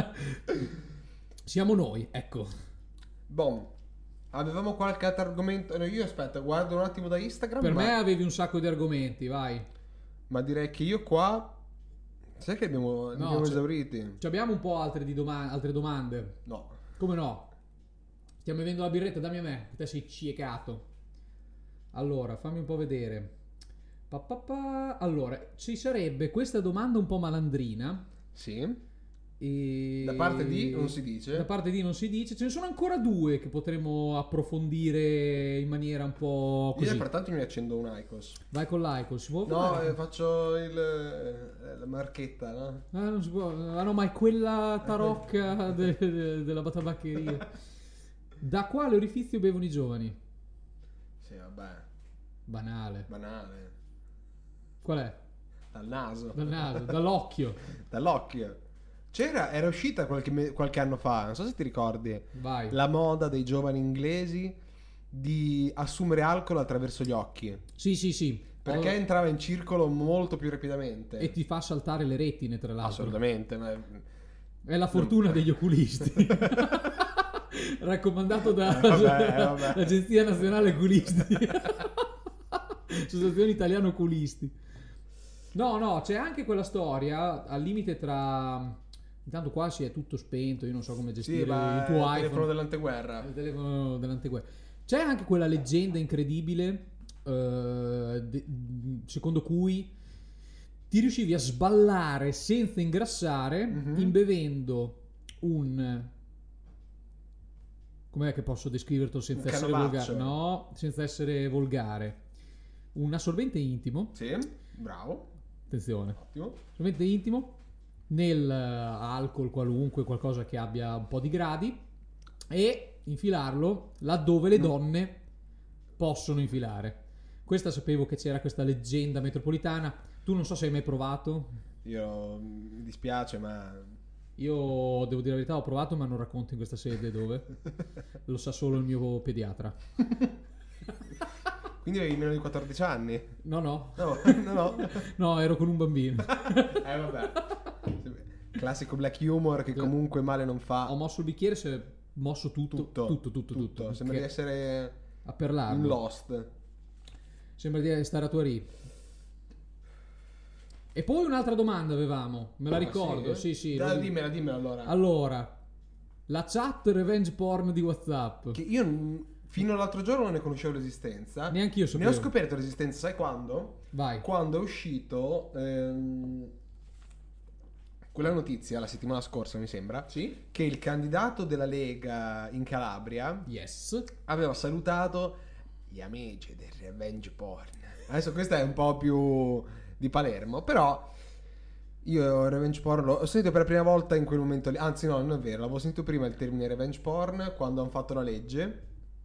Siamo noi, ecco. Bom, avevamo qualche altro argomento? No, io aspetta, guardo un attimo da Instagram. Per ma... me avevi un sacco di argomenti, vai. Ma direi che io qua... Sai che abbiamo, li No, abbiamo c'è- esauriti? Ci abbiamo un po' altre, di doma- altre domande. No. Come no? Stiamo bevendo la birretta, dammi a me, che te sei ciecato. Allora, fammi un po' vedere. Pa, pa, pa. Allora, ci sarebbe questa domanda un po' malandrina. Sì. E... Da parte di non si dice. Da parte di non si dice. Ce ne sono ancora due che potremmo approfondire in maniera un po' Io così. nel frattanto mi accendo un Icos. Vai con l'Icos, si può No, fare? eh, faccio il, eh, la marchetta, no? Ah, non si può. Ah no, ma è quella tarocca de- de- della tabaccheria. Da quale orifizio bevono i giovani? Sì, vabbè, Banale. banale. Qual è? Dal naso. Dal naso, dall'occhio. Dall'occhio. C'era, era uscita qualche, me- qualche anno fa, non so se ti ricordi, Vai. la moda dei giovani inglesi di assumere alcol attraverso gli occhi. Sì, sì, sì. Perché Oh, entrava in circolo molto più rapidamente. e ti fa saltare le retine, tra l'altro. Assolutamente. Ma... È la fortuna degli oculisti. Raccomandato da Eh, vabbè, vabbè. l'Agenzia Nazionale Oculisti. Associazione Italiana Oculisti. No, no, c'è anche quella storia al limite tra... Intanto qua si è tutto spento, io non so come gestire Sì, ma il tuo il iPhone. telefono dell'anteguerra. Il telefono dell'anteguerra. C'è anche quella leggenda incredibile eh, de- secondo cui ti riuscivi a sballare senza ingrassare Mhm. imbevendo un... Com'è che posso descriverlo senza Un essere canovaccio. volgare? No, senza essere volgare. Un assorbente intimo, Sì, bravo, attenzione, ottimo. assorbente intimo nel eh, alcol qualunque, qualcosa che abbia un po' di gradi, e infilarlo laddove le No. donne possono infilare. Questa sapevo che c'era questa leggenda metropolitana. Tu non so se hai mai provato. Io mi dispiace, ma Io devo dire la verità, ho provato, ma non racconto in questa sede dove. Lo sa solo il mio pediatra. quindi avevi meno di quattordici anni? No, no, No, no, no. no, ero con un bambino. Eh vabbè. Classico black humor che comunque male non fa. Ho mosso il bicchiere, si è mosso tutto, Tutto, tutto, tutto, tutto. Sembra di Che- essere a perlarlo. in Lost. Sembra di stare a Tuarì. E poi un'altra domanda avevamo, me la Ah, ricordo, sì, sì. Dai, lo- dimmela, dimmela allora. Allora, la chat revenge porn di WhatsApp. Che io n- fino all'altro giorno non ne conoscevo l'esistenza. Neanche io Ne sapevo. ho scoperto l'esistenza, sai quando? Vai. Quando è uscito ehm, quella notizia la settimana scorsa, mi sembra, Sì? che il candidato della Lega in Calabria Yes. aveva salutato gli amici del revenge porn. Adesso questa è un po' più di Palermo, però io il revenge porn l'ho ho sentito per la prima volta in quel momento lì. Anzi no, non è vero, l'avevo sentito prima il termine revenge porn quando hanno fatto la legge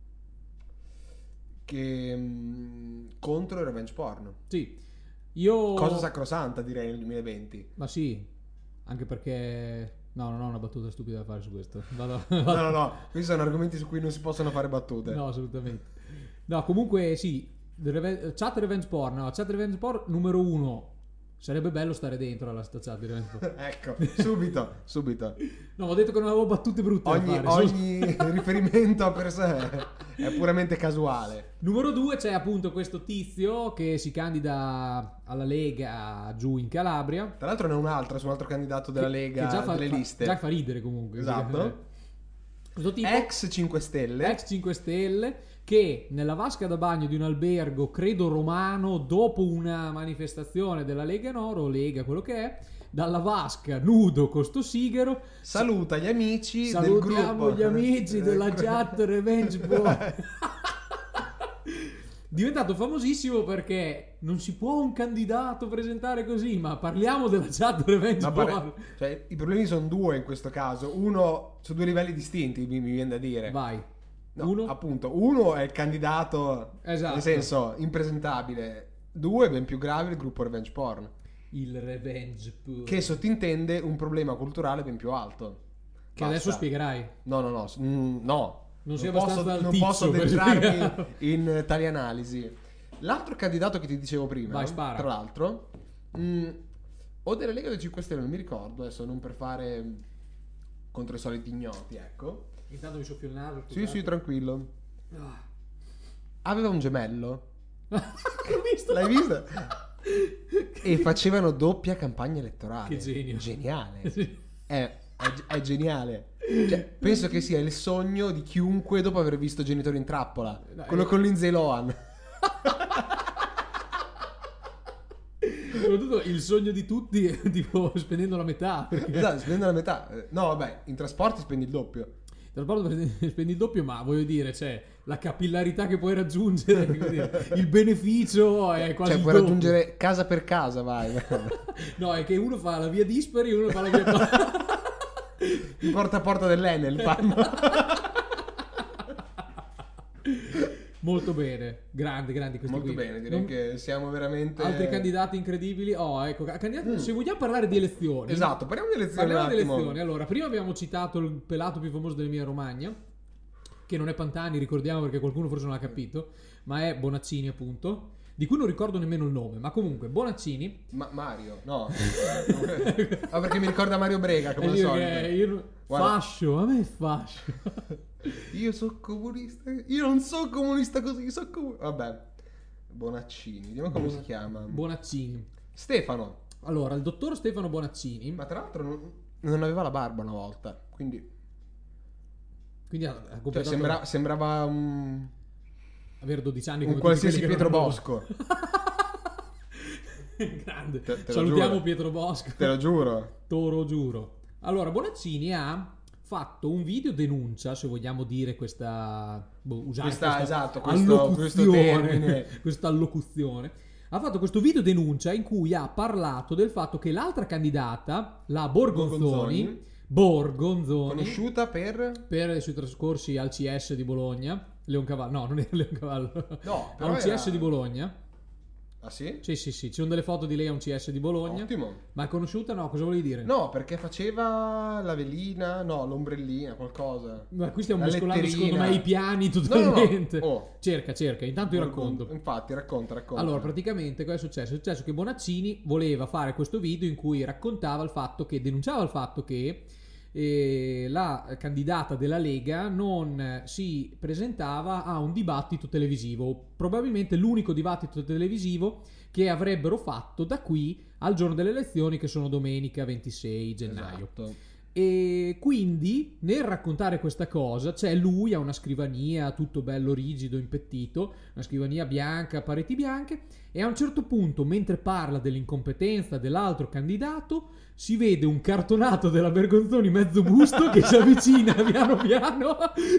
che mh, contro il revenge porn. Sì. Io... Cosa sacrosanta direi nel duemilaventi. Ma sì, anche perché... No, non ho una battuta stupida da fare su questo. Vado... No, no, no, questi sono argomenti su cui non si possono fare battute. No, assolutamente. No, comunque sì. The Reve- chat revenge porn. No, chat revenge porn numero uno. Sarebbe bello stare dentro alla sta chat di revenge porn. Ecco, subito, subito. No, ho detto che non avevo battute brutte Ogni, da fare. ogni riferimento a per sé è puramente casuale. Numero due c'è appunto questo tizio che si candida alla Lega giù in Calabria. Tra l'altro ne ho un'altra su un altro candidato della che- Lega che già fa, delle fa- liste. già fa ridere comunque. Esatto. Questo tipo, Ex cinque Stelle. ex cinque Stelle, che nella vasca da bagno di un albergo, credo romano, dopo una manifestazione della Lega Nord, o Lega, quello che è, dalla vasca, nudo, con sto sigaro, Saluta gli amici del salutiamo gruppo. gli amici della chat Revenge Porn. Diventato famosissimo perché non si può un candidato presentare così, ma parliamo della chat Revenge Ma Porn. pare- cioè, i problemi sono due in questo caso. Uno su due livelli distinti, mi, mi viene da dire. Vai. No, Uno? appunto, uno è il candidato, Esatto. nel senso impresentabile. Due, ben più grave, il gruppo Revenge Porn. il revenge pure. Che sottintende un problema culturale ben più alto. Che Basta. adesso spiegherai. No, no, no, mm, no. Non sei posso, abbastanza non altizio posso per addentrarmi spiegarlo. in tali analisi. L'altro candidato che ti dicevo prima, Vai, spara. tra l'altro, mh, o della Lega o dei cinque Stelle, non mi ricordo, adesso non per fare contro i soliti ignoti, ecco. Intanto mi soffio il naso. Sì, sì, tranquillo. Ah. Aveva un gemello. L'ho visto. L'hai visto? E facevano doppia campagna elettorale. Che genio. Geniale. Sì. È, è, è geniale. Cioè, penso che sia il sogno di chiunque dopo aver visto Genitori in trappola. No, Quello è- con Lindsay Lohan. Soprattutto il sogno di tutti è tipo spendendo la metà. Perché Esatto, spendi la metà. Eh, No, vabbè, in trasporti spendi il doppio. trasporto prendi- spendi il doppio, ma voglio dire, c'è la capillarità che puoi raggiungere, come dire, il beneficio è quasi Cioè, il puoi doppio. raggiungere casa per casa, vai. No, è che uno fa la via Disperi e uno fa la via Pa- Il porta a porta dell'Enel fanno. Molto bene, grandi, grandi questi Molto qui. bene, direi Non- che siamo veramente... Altri candidati incredibili? Oh, ecco, candidati- se vogliamo parlare di elezioni. Esatto, parliamo di elezioni Parliamo un delle attimo. elezioni. Allora, prima abbiamo citato il pelato più famoso dell'Emilia Romagna, che non è Pantani, ricordiamo perché qualcuno forse non l'ha capito, ma è Bonaccini, appunto, di cui non ricordo nemmeno il nome, ma comunque Bonaccini. Ma Mario, no. Ah, perché mi ricorda Mario Brega, come è al lì che solito. io- Guarda. fascio, a me è fascio. Io sono comunista. Io non sono comunista così, sono comunista. Vabbè. Bonaccini, vediamo come si chiama. Bonaccini. Stefano. Allora, il dottor Stefano Bonaccini, Ma tra l'altro non, non aveva la barba una volta, quindi quindi ha ha cioè, completato sembra- sembrava un, avere dodici anni un come qualsiasi tutti quelli che Pietro non hanno- Bosco. Grande. Te- te lo Salutiamo giuro. Pietro Bosco. Te lo giuro. Toro giuro. Allora, Bonaccini ha fatto un video denuncia, se vogliamo dire questa boh, usare Questa- questa esatto, questo- questo allocuzione, termine. questa allocuzione. Ha fatto questo video denuncia in cui ha parlato del fatto che l'altra candidata, la Borgonzoni, Borgonzoni, Conosciuta per... per i suoi trascorsi al C S di Bologna, Leoncavallo, no, non era Leoncavallo, No, però a un C S era- di Bologna. Ah sì? Sì, sì, sì, ci sono delle foto di lei a un C S di Bologna. Ottimo. Ma è conosciuta? No, cosa volevi dire? No, perché faceva la velina, no, l'ombrellina, qualcosa. Ma qui stiamo La mescolando letterina. secondo me i piani No, no, no. totalmente. Oh. Cerca, cerca, intanto io racconto. Infatti, racconta, racconta. Allora, praticamente cosa è successo? È successo che Bonaccini voleva fare questo video in cui raccontava il fatto che, denunciava il fatto che eh, la candidata della Lega non si presentava a un dibattito televisivo, probabilmente l'unico dibattito televisivo che avrebbero fatto da qui al giorno delle elezioni, che sono domenica ventisei gennaio. Esatto. E quindi nel raccontare questa cosa c'è lui a una scrivania tutto bello rigido, impettito, una scrivania bianca, pareti bianche, e a un certo punto, mentre parla dell'incompetenza dell'altro candidato, si vede un cartonato della Bergonzoni mezzo busto che si avvicina piano piano.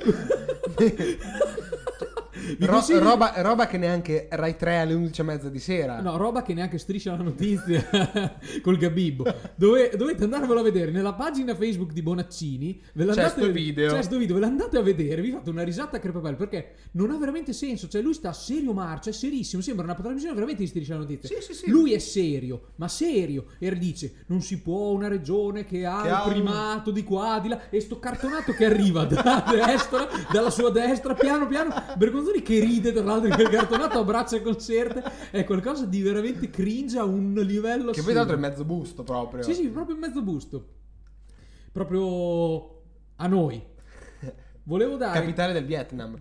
Vi Ro- consiglio- roba, roba che neanche Rai tre alle undici e mezza di sera. No, roba che neanche Striscia la notizia col Gabibbo. Dove, dovete andarvelo a vedere nella pagina Facebook di Bonaccini. Ve l'andate C'è sto a vedere- video. C'è sto video, ve l'andate a vedere. Vi fate una risata a crepapelle perché non ha veramente senso. Cioè, lui sta serio marcia, è serissimo. Sembra una trasmissione veramente di Striscia la notizia. Sì, sì, sì. Lui è serio, ma serio. E dice: non si può una regione che ha Che il ha un- primato di qua, di là. E sto cartonato che arriva da destra, dalla sua destra, piano piano. Bergonzoni che ride, tra l'altro, in quel cartonato abbraccia concerte. È qualcosa di veramente cringe a un livello Che assurdo. poi tra l'altro è mezzo busto proprio. Sì, sì, proprio in mezzo busto. Proprio a noi. Volevo dare Capitale del Vietnam.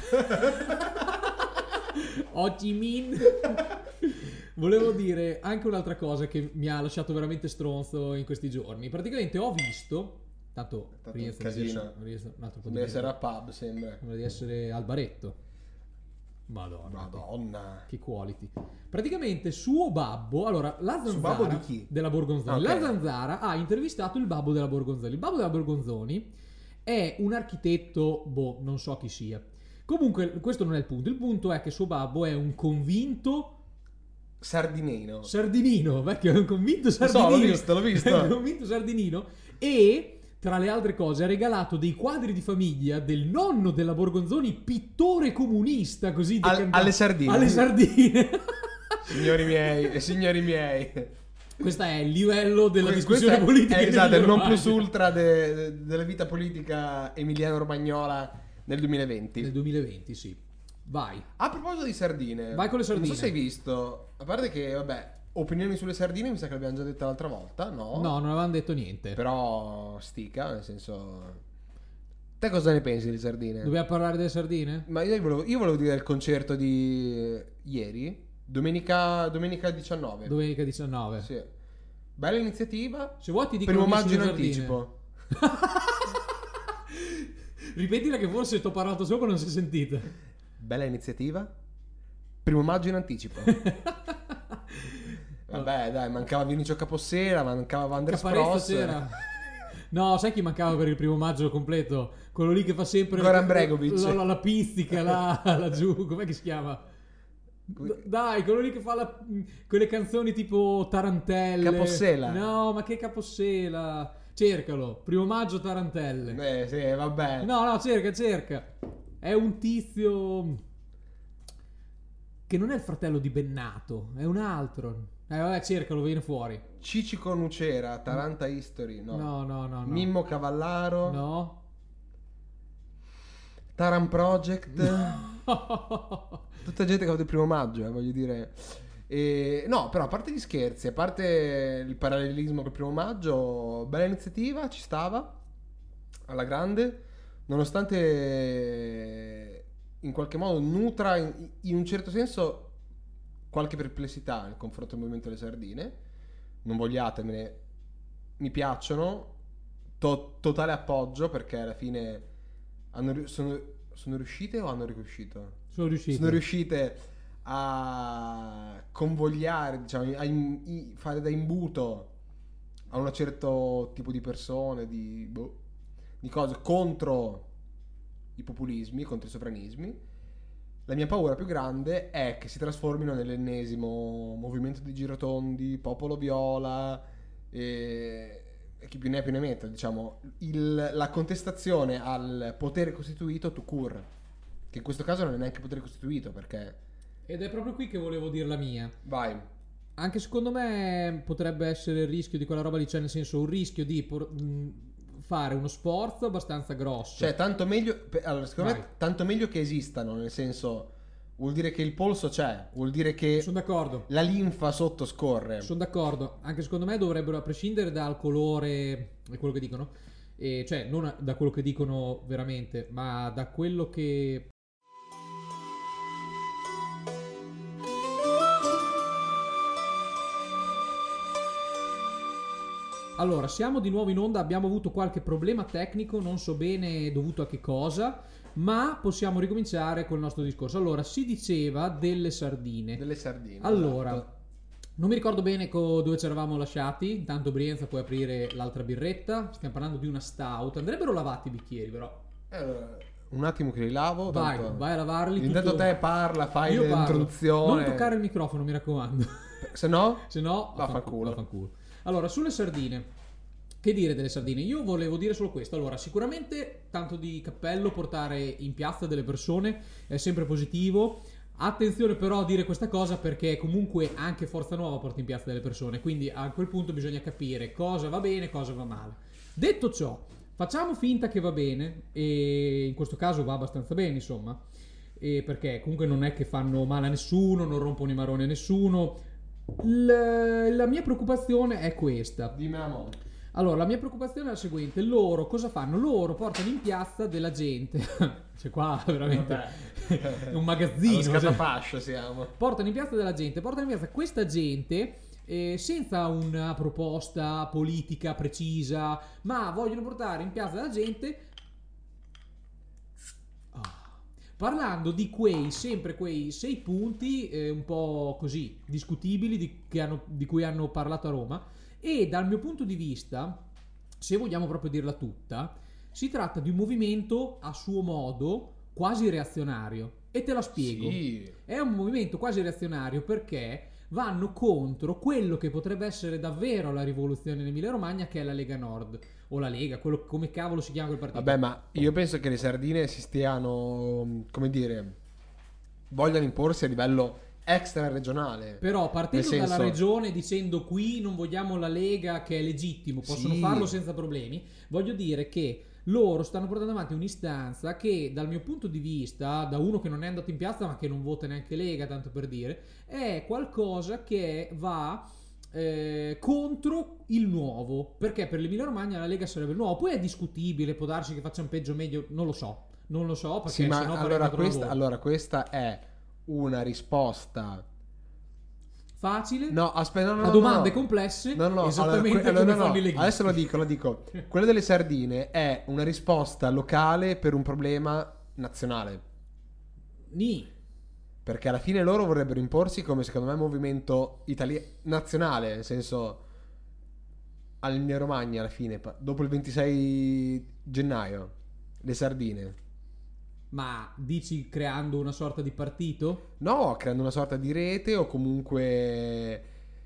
Ho Chi Minh. Volevo dire anche un'altra cosa che mi ha lasciato veramente stronzo in questi giorni. Praticamente ho visto, tanto Tanto riesco un casino. a riesco- un altro po' di Deve essere tempo. a pub, sembra. Sembra di essere al baretto. Madonna. Madonna. Che quality. Praticamente suo babbo, allora la Suo zanzara babbo di chi? della Borgonzoni. Ok. La zanzara ha intervistato il babbo della Borgonzoni. Il babbo della Borgonzoni è un architetto, boh, non so chi sia. Comunque, questo non è il punto. Il punto è che suo babbo è un convinto Sardineno. sardinino, vecchio, è un convinto so, l'ho sardinino. visto, l'ho visto. È un convinto sardinino e tra le altre cose ha regalato dei quadri di famiglia del nonno della Borgonzoni, pittore comunista, così Al- decantato. alle sardine. Alle sardine. Signori miei, e signori miei. Questo è il livello della Que- discussione questo è- politica. è, in esatto, è il non Emilia-Romagna. plus ultra de- de- della vita politica emiliano-romagnola nel duemilaventi. Nel duemilaventi, sì. Vai. A proposito di sardine, Vai con le sardine. non so se hai visto, a parte che, vabbè, opinioni sulle sardine mi sa che l'abbiamo già detta l'altra volta, no? No, non avevamo detto niente. Però stica, nel senso... Te cosa ne pensi di sardine? Dobbiamo parlare delle sardine? Ma io volevo, io volevo dire il concerto di eh, ieri, domenica, domenica diciannove. Domenica diciannove. Sì. Bella iniziativa. Se vuoi ti dico Primo la mia maggio in sulle sardine. anticipo. Ripetila che forse ti ho parlato sopra e non si è sentita. Bella iniziativa. Primo maggio in anticipo. Vabbè, dai, mancava Vinicio Capossela, mancava Van der Caparezza Spross. c'era. No, sai chi mancava per il primo maggio completo? Quello lì che fa sempre Goran Bregovic. la, la, la pizzica là, laggiù, com'è che si chiama? D- Dai, quello lì che fa la- quelle canzoni tipo Tarantelle. Capossela. No, ma che Capossela? Cercalo, primo maggio Tarantelle. Eh, sì, vabbè. No, no, cerca, cerca. È un tizio che non è il fratello di Bennato, è un altro. Eh, vabbè, cercalo, viene fuori. Cici Nucera, Taranta History, no. No, no, no, no. Mimmo Cavallaro, No. Taran Project. Tutta gente che ha fatto il primo maggio, eh, voglio dire. E, no, però a parte gli scherzi, a parte il parallelismo col primo maggio, bella iniziativa, ci stava alla grande, nonostante in qualche modo nutra in, in un certo senso qualche perplessità nel confronto al movimento delle sardine. Non vogliatemene, mi piacciono, to- totale appoggio, perché alla fine hanno, ri- sono, sono riuscite o hanno riuscito? Sono riuscito. Sono riuscite a convogliare, diciamo, a im- i- fare da imbuto a un certo tipo di persone, di, boh, di cose contro i populismi, contro i sovranismi. La mia paura più grande è che si trasformino nell'ennesimo movimento di girotondi, popolo viola e, e chi più ne ha più ne metta, diciamo, il- la contestazione al potere costituito tout court, che in questo caso non è neanche potere costituito, perché... Ed è proprio qui che volevo dire la mia. Vai. Anche secondo me potrebbe essere il rischio di quella roba lì, cioè nel senso un rischio di por- mh, fare uno sforzo abbastanza grosso. Cioè, tanto meglio... pe- Allora, secondo Vai. me, tanto meglio che esistano, nel senso... Vuol dire che il polso c'è, vuol dire che Sono d'accordo. la linfa sotto scorre. Sono d'accordo. Anche secondo me dovrebbero, a prescindere dal colore e quello che dicono, e cioè non da quello che dicono veramente, ma da quello che... Allora, siamo di nuovo in onda, abbiamo avuto qualche problema tecnico, non so bene dovuto a che cosa, ma possiamo ricominciare col nostro discorso. Allora, si diceva delle sardine. Delle sardine. Allora, esatto. non mi ricordo bene co- dove ci eravamo lasciati. Intanto Brienza puoi aprire l'altra birretta. Stiamo parlando di una stout. Andrebbero lavati i bicchieri, però. Allora, un attimo che li lavo. Vai, tanto- vai a lavarli. Intanto tutto- te parla, fai Io parlo. l'introduzione. Non toccare il microfono, mi raccomando. Se no, Se no, Vaffanculo. vaffanculo. Allora, sulle sardine. Che dire delle sardine? Io volevo dire solo questo. Allora, sicuramente tanto di cappello portare in piazza delle persone è sempre positivo. Attenzione però a dire questa cosa, perché comunque anche Forza Nuova porta in piazza delle persone, quindi a quel punto bisogna capire cosa va bene e cosa va male. Detto ciò, facciamo finta che va bene, e in questo caso va abbastanza bene, insomma, e perché comunque non è che fanno male a nessuno, non rompono i maroni a nessuno. L- la mia preoccupazione è questa. dimmela mo. Allora, la mia preoccupazione è la seguente: loro cosa fanno? Loro portano in piazza della gente. Cioè, qua veramente Vabbè. è un magazzino. Allo cioè. scatafascio siamo. Portano in piazza della gente, portano in piazza questa gente eh, senza una proposta politica precisa, ma vogliono portare in piazza della gente ah, parlando di quei, sempre quei sei punti eh, un po' così discutibili di, che hanno, di cui hanno parlato a Roma. E dal mio punto di vista, se vogliamo proprio dirla tutta, si tratta di un movimento a suo modo quasi reazionario. E te la spiego. Sì. È un movimento quasi reazionario perché vanno contro quello che potrebbe essere davvero la rivoluzione in Emilia Romagna, che è la Lega Nord o la Lega, quello, come cavolo si chiama quel partito. Vabbè, ma io penso che le sardine si stiano, come dire, vogliano imporsi a livello extra regionale. Però partendo Nel senso- dalla regione dicendo qui non vogliamo la Lega, che è legittimo, possono Sì. farlo senza problemi, voglio dire che loro stanno portando avanti un'istanza che dal mio punto di vista, da uno che non è andato in piazza ma che non vota neanche Lega, tanto per dire, è qualcosa che va eh, contro il nuovo, perché per l'Emilia Romagna la Lega sarebbe il nuovo. Poi è discutibile, può darsi che facciano peggio o meglio, non lo so, non lo so perché Sì, ma sennò allora faremo troppo questa, lavoro. allora questa è una risposta. Facile No, aspetta, no, no, a no, domande no. complesse, No, no, esattamente allora, que- allora, come no, no. fanno i leghisti. Adesso lo dico, lo dico. Quella delle sardine è una risposta locale per un problema nazionale. Ni. Perché alla fine loro vorrebbero imporsi come, secondo me, movimento italiano nazionale, nel senso all'Emilia Romagna alla fine, pa- dopo il ventisei gennaio, le sardine. Ma dici creando una sorta di partito? No, creando una sorta di rete o comunque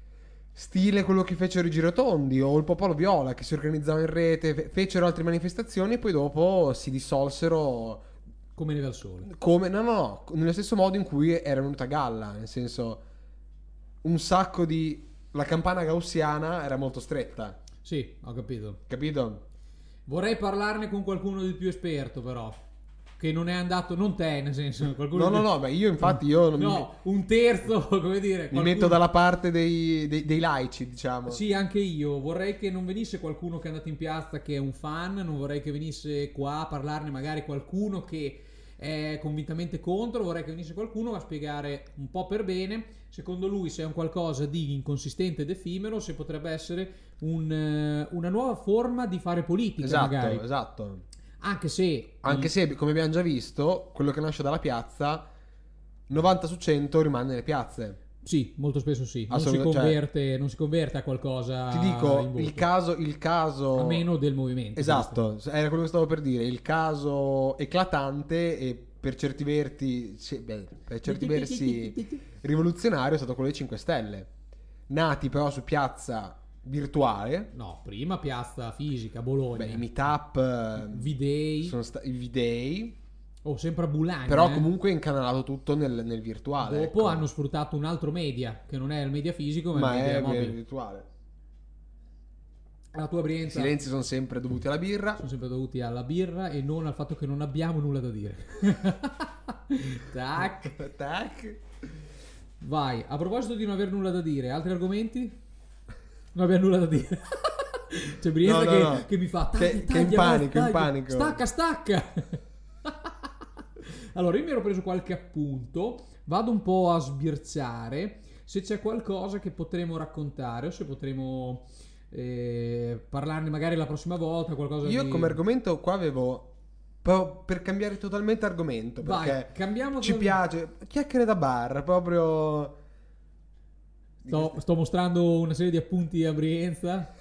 stile quello che fecero i Girotondi o il Popolo Viola che si organizzava in rete, fe- fecero altre manifestazioni e poi dopo si dissolsero Come neve al sole. come, no, no, no, nello stesso modo in cui era venuta a galla, nel senso un sacco di... La campana gaussiana era molto stretta, Sì, ho capito. capito? Vorrei parlarne con qualcuno di più esperto, però. Che non è andato, non te, nel senso, qualcuno No, di no, più- no, beh, io infatti io non mi- No, un terzo, come dire. mi qualcuno- metto dalla parte dei, dei- dei laici, diciamo. Sì, anche io. Vorrei che non venisse qualcuno che è andato in piazza che è un fan, non vorrei che venisse qua a parlarne magari qualcuno che è convintamente contro, vorrei che venisse qualcuno a spiegare un po' per bene, secondo lui, se è un qualcosa di inconsistente ed effimero, se potrebbe essere un, eh, una nuova forma di fare politica, Esatto, magari. esatto. Anche se... Anche se, come abbiamo già visto, quello che nasce dalla piazza, novanta su cento rimane nelle piazze. Sì, molto spesso sì. Non si, Assolut- cioè- converte, non si converte a qualcosa Ti in dico, voto. il caso, il caso... A meno del movimento. Esatto, era quello che stavo per dire. Il caso eclatante e per certi versi, sì, beh, per certi versi rivoluzionario è stato quello dei cinque Stelle. Nati però su piazza virtuale. No, prima piazza fisica, Bologna. Beh, i meetup, eh, V-Day. sono stati i V-Day. Oh, sempre a Bulagna. Però eh. comunque incanalato tutto nel, nel virtuale. Dopo ecco. hanno sfruttato un altro media, che non è il media fisico, ma, Ma il media è mobile. virtuale. La tua I Brienza silenzi sono sempre dovuti alla birra. sono sempre dovuti alla birra e non al fatto che non abbiamo nulla da dire. Tac. Tac. Vai, a proposito di non aver nulla da dire, altri argomenti? Non abbiamo nulla da dire. C'è Brienza No, no, che, no. che mi fa Che- taglia, che in taglia, panico, vai, in taglia. panico. Stacca, stacca. Allora, io mi ero preso qualche appunto, vado un po' a sbirciare se c'è qualcosa che potremo raccontare o se potremo eh, parlarne magari la prossima volta, qualcosa Io di... come argomento qua avevo proprio per cambiare totalmente argomento, Vai, perché cambiamo ci to- piace chiacchiere da bar, proprio Sto, sto mostrando una serie di appunti a Brienza.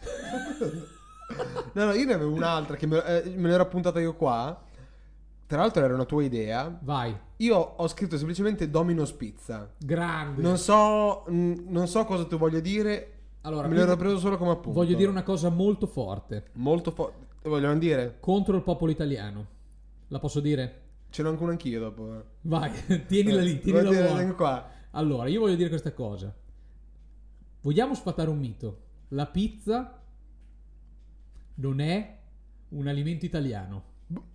No, no, io ne avevo un'altra che me, eh, me l'ero appuntata io qua. Tra l'altro era una tua idea. Vai, Io ho scritto semplicemente Domino's Pizza. grande. Non so mh, non so cosa tu voglia dire. Allora, Me qui l'ero preso solo come appunto. voglio dire una cosa molto forte molto forte. Vogliono dire? contro il popolo italiano. La posso dire? Ce l'ho ancora anch'io dopo. Vai, tienila lì, tienila Voglio dire, buona. vengo qua. Allora, io voglio dire questa cosa. Vogliamo sfatare un mito. La pizza non è un alimento italiano.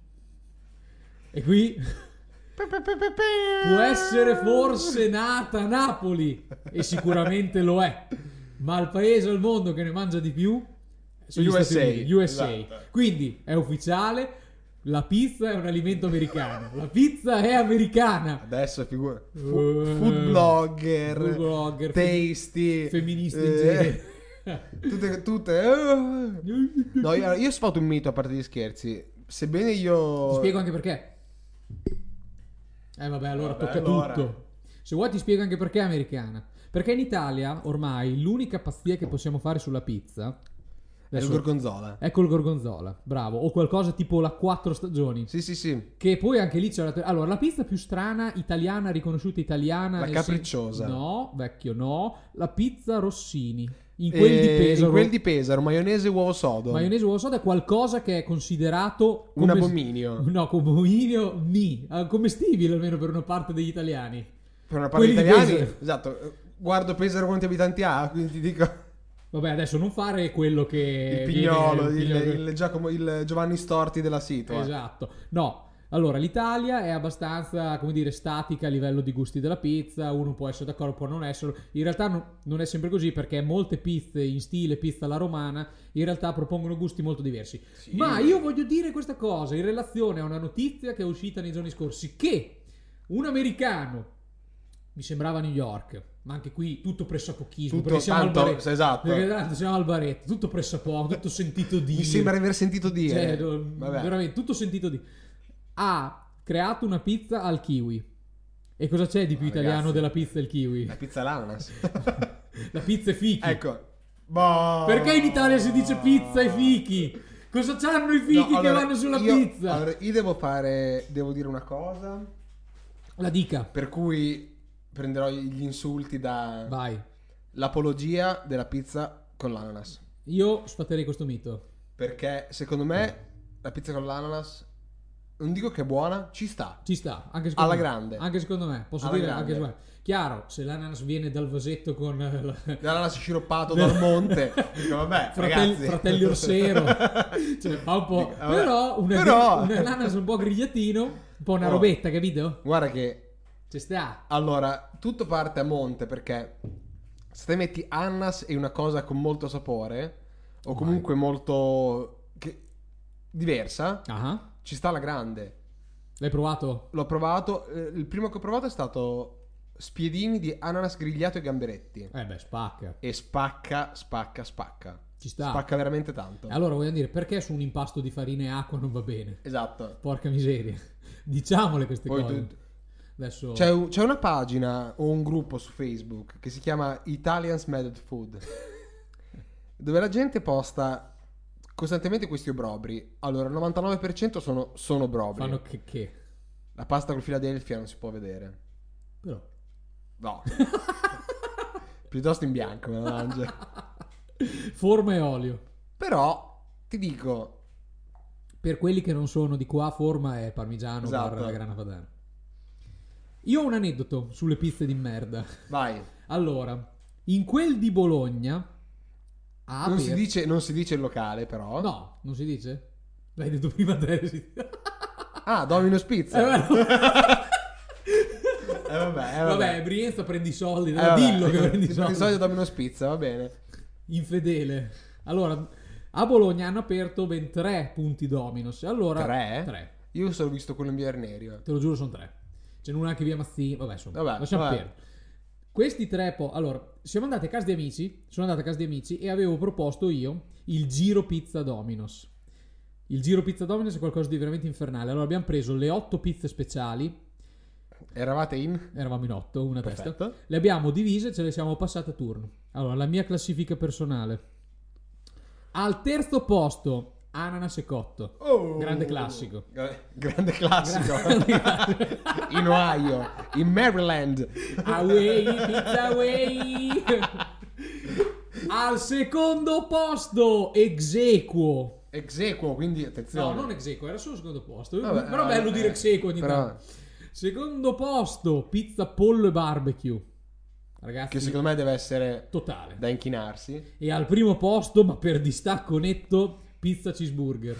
E qui può essere forse nata a Napoli, e sicuramente lo è, ma il paese al mondo che ne mangia di più sono gli U S A. Stati Uniti, U S A. Esatto. Quindi è ufficiale, la pizza è un alimento americano. La pizza è americana. Adesso figura Eh, food blogger, food blogger, tasty, femministi in eh, genere. tutte, tutte eh. No, io, io sfato un mito a parte gli scherzi. Sebbene io Ti spiego anche perché. Eh vabbè, allora Vabbè, tocca allora. tutto. Se vuoi ti spiego anche perché è americana. Perché in Italia ormai l'unica pazzia che possiamo fare sulla pizza è il adesso, gorgonzola. è col gorgonzola, bravo, o qualcosa tipo la quattro stagioni. Sì, sì, sì. Che poi anche lì c'è la... Allora, la pizza più strana italiana, riconosciuta italiana... La nel capricciosa. sen- No, vecchio, no. La pizza Rossini. In quel di E Pesaro. in quel di Pesaro, maionese e uovo sodo. Maionese uovo soda è qualcosa che è considerato... Un come- abominio. No, come abominio, ni. Ah, commestibile almeno per una parte degli italiani. Per una parte di Quelli di italiani, Pesaro. esatto. Guardo Pesaro quanti abitanti ha, quindi ti dico Vabbè, adesso non fare quello che il viene- Pignolo, il il, Pignolo- il Giacomo, il Giovanni Storti della Situa. Esatto. No, allora l'Italia è abbastanza, come dire, statica a livello di gusti della pizza. Uno può essere d'accordo, può non esserlo. In realtà no- non è sempre così, perché molte pizze in stile pizza alla romana in realtà propongono gusti molto diversi. Sì. Ma io voglio dire questa cosa in relazione a una notizia che è uscita nei giorni scorsi, che un americano, mi sembrava New York, ma anche qui tutto pressapochismo, Tutto perché siamo tanto- al baretto. esatto. Perché tanto siamo al baretto, tutto pressapoco, tutto sentito dire. Mi sembra di aver sentito dire. Cioè, no, Vabbè. veramente tutto sentito di. Ha creato una pizza al kiwi. E cosa c'è di più No, italiano ragazzi. della pizza al kiwi? La pizza all'ananas. La pizza e fichi. Ecco. Boh. Perché in Italia si dice pizza e fichi? Cosa c'hanno i fichi No, che allora, vanno sulla io- pizza? Allora, io devo fare, devo dire una cosa, La dica. per cui prenderò gli insulti da Vai. l'apologia della pizza con l'ananas. Io sfatterei questo mito. Perché secondo me la pizza con l'ananas, non dico che è buona, ci sta. Ci sta, anche secondo Alla me. grande. Anche secondo me. Posso Alla dire grande. anche secondo me. Chiaro, se l'ananas viene dal vasetto con eh, la- L'ananas sciroppato dal monte. Dico, vabbè, Fratelli, ragazzi. fratelli Orsero, cioè, fa un po'. Dico, vabbè. Però una, Però- un ananas un po' grigliatino, un po' una Oh. robetta, capito? Guarda che, Ci sta. allora, tutto parte a monte perché se te metti ananas e una cosa con molto sapore, o comunque molto che- diversa, Ah, ci sta alla grande. l'hai provato? L'ho provato, eh, il primo che ho provato è stato spiedini di ananas grigliato e gamberetti. Eh beh, spacca. E spacca, spacca, spacca. Ci sta. Spacca veramente tanto. Allora voglio dire, perché su un impasto di farina e acqua non va bene? Esatto. Porca miseria. Diciamole queste Poi cose. tu- Adesso C'è, un- c'è una pagina o un gruppo su Facebook che si chiama Italians Mad Food, dove la gente posta costantemente questi obrobri. Allora, il novantanove per cento sono, sono obrobri. fanno che che. La pasta col Philadelphia non si può vedere. Però. No. Piuttosto in bianco me la mangio. Forma e olio. Però, ti dico, Per quelli che non sono di qua, forma è parmigiano Esatto. barra la grana padano. Io ho un aneddoto sulle pizze di merda. vai. Allora, in quel di Bologna ha Non si, aperto- dice, non si dice il locale, però. No, non si dice? L'hai detto prima te. sì. Ah, Domino's Pizza. Eh, vabbè, Eh, vabbè, eh, vabbè, Brienza prendi i soldi, Eh, vabbè. dillo che prendi i Di soldi. solito Domino's Pizza, va bene. Infedele. Allora, a Bologna hanno aperto ben tre punti Domino's. Allora, Tre? Tre. Io ho solo visto quello in via Arnerio. Te lo giuro, sono tre. C'è uno anche via Mazzini. Vabbè, insomma, Vabbè, lasciamo vabbè. perdere. Questi tre, po'. Allora, siamo andati a casa di amici. Sono andato a casa di amici e avevo proposto io il giro pizza Domino's. Il giro pizza Domino's è qualcosa di veramente infernale. Allora, abbiamo preso le otto pizze speciali. Eravate in? Eravamo in otto, una Perfetto. testa. Le abbiamo divise e ce le siamo passate a turno. Allora, la mia classifica personale. Al terzo posto, ananas e cotto. Oh. Grande classico. Gra- grande classico. Grande- In Ohio, in Maryland. Away, pizza away. Al secondo posto, ex equo. Exequo, quindi No, attenzione. non ex equo, era solo il secondo posto. Vabbè, però vabbè, bello dire eh, ex equo ogni però- tanto. Secondo posto, pizza pollo e barbecue. Ragazzi, Che secondo me deve essere totale. da inchinarsi. E al primo posto, ma per distacco netto, pizza cheeseburger.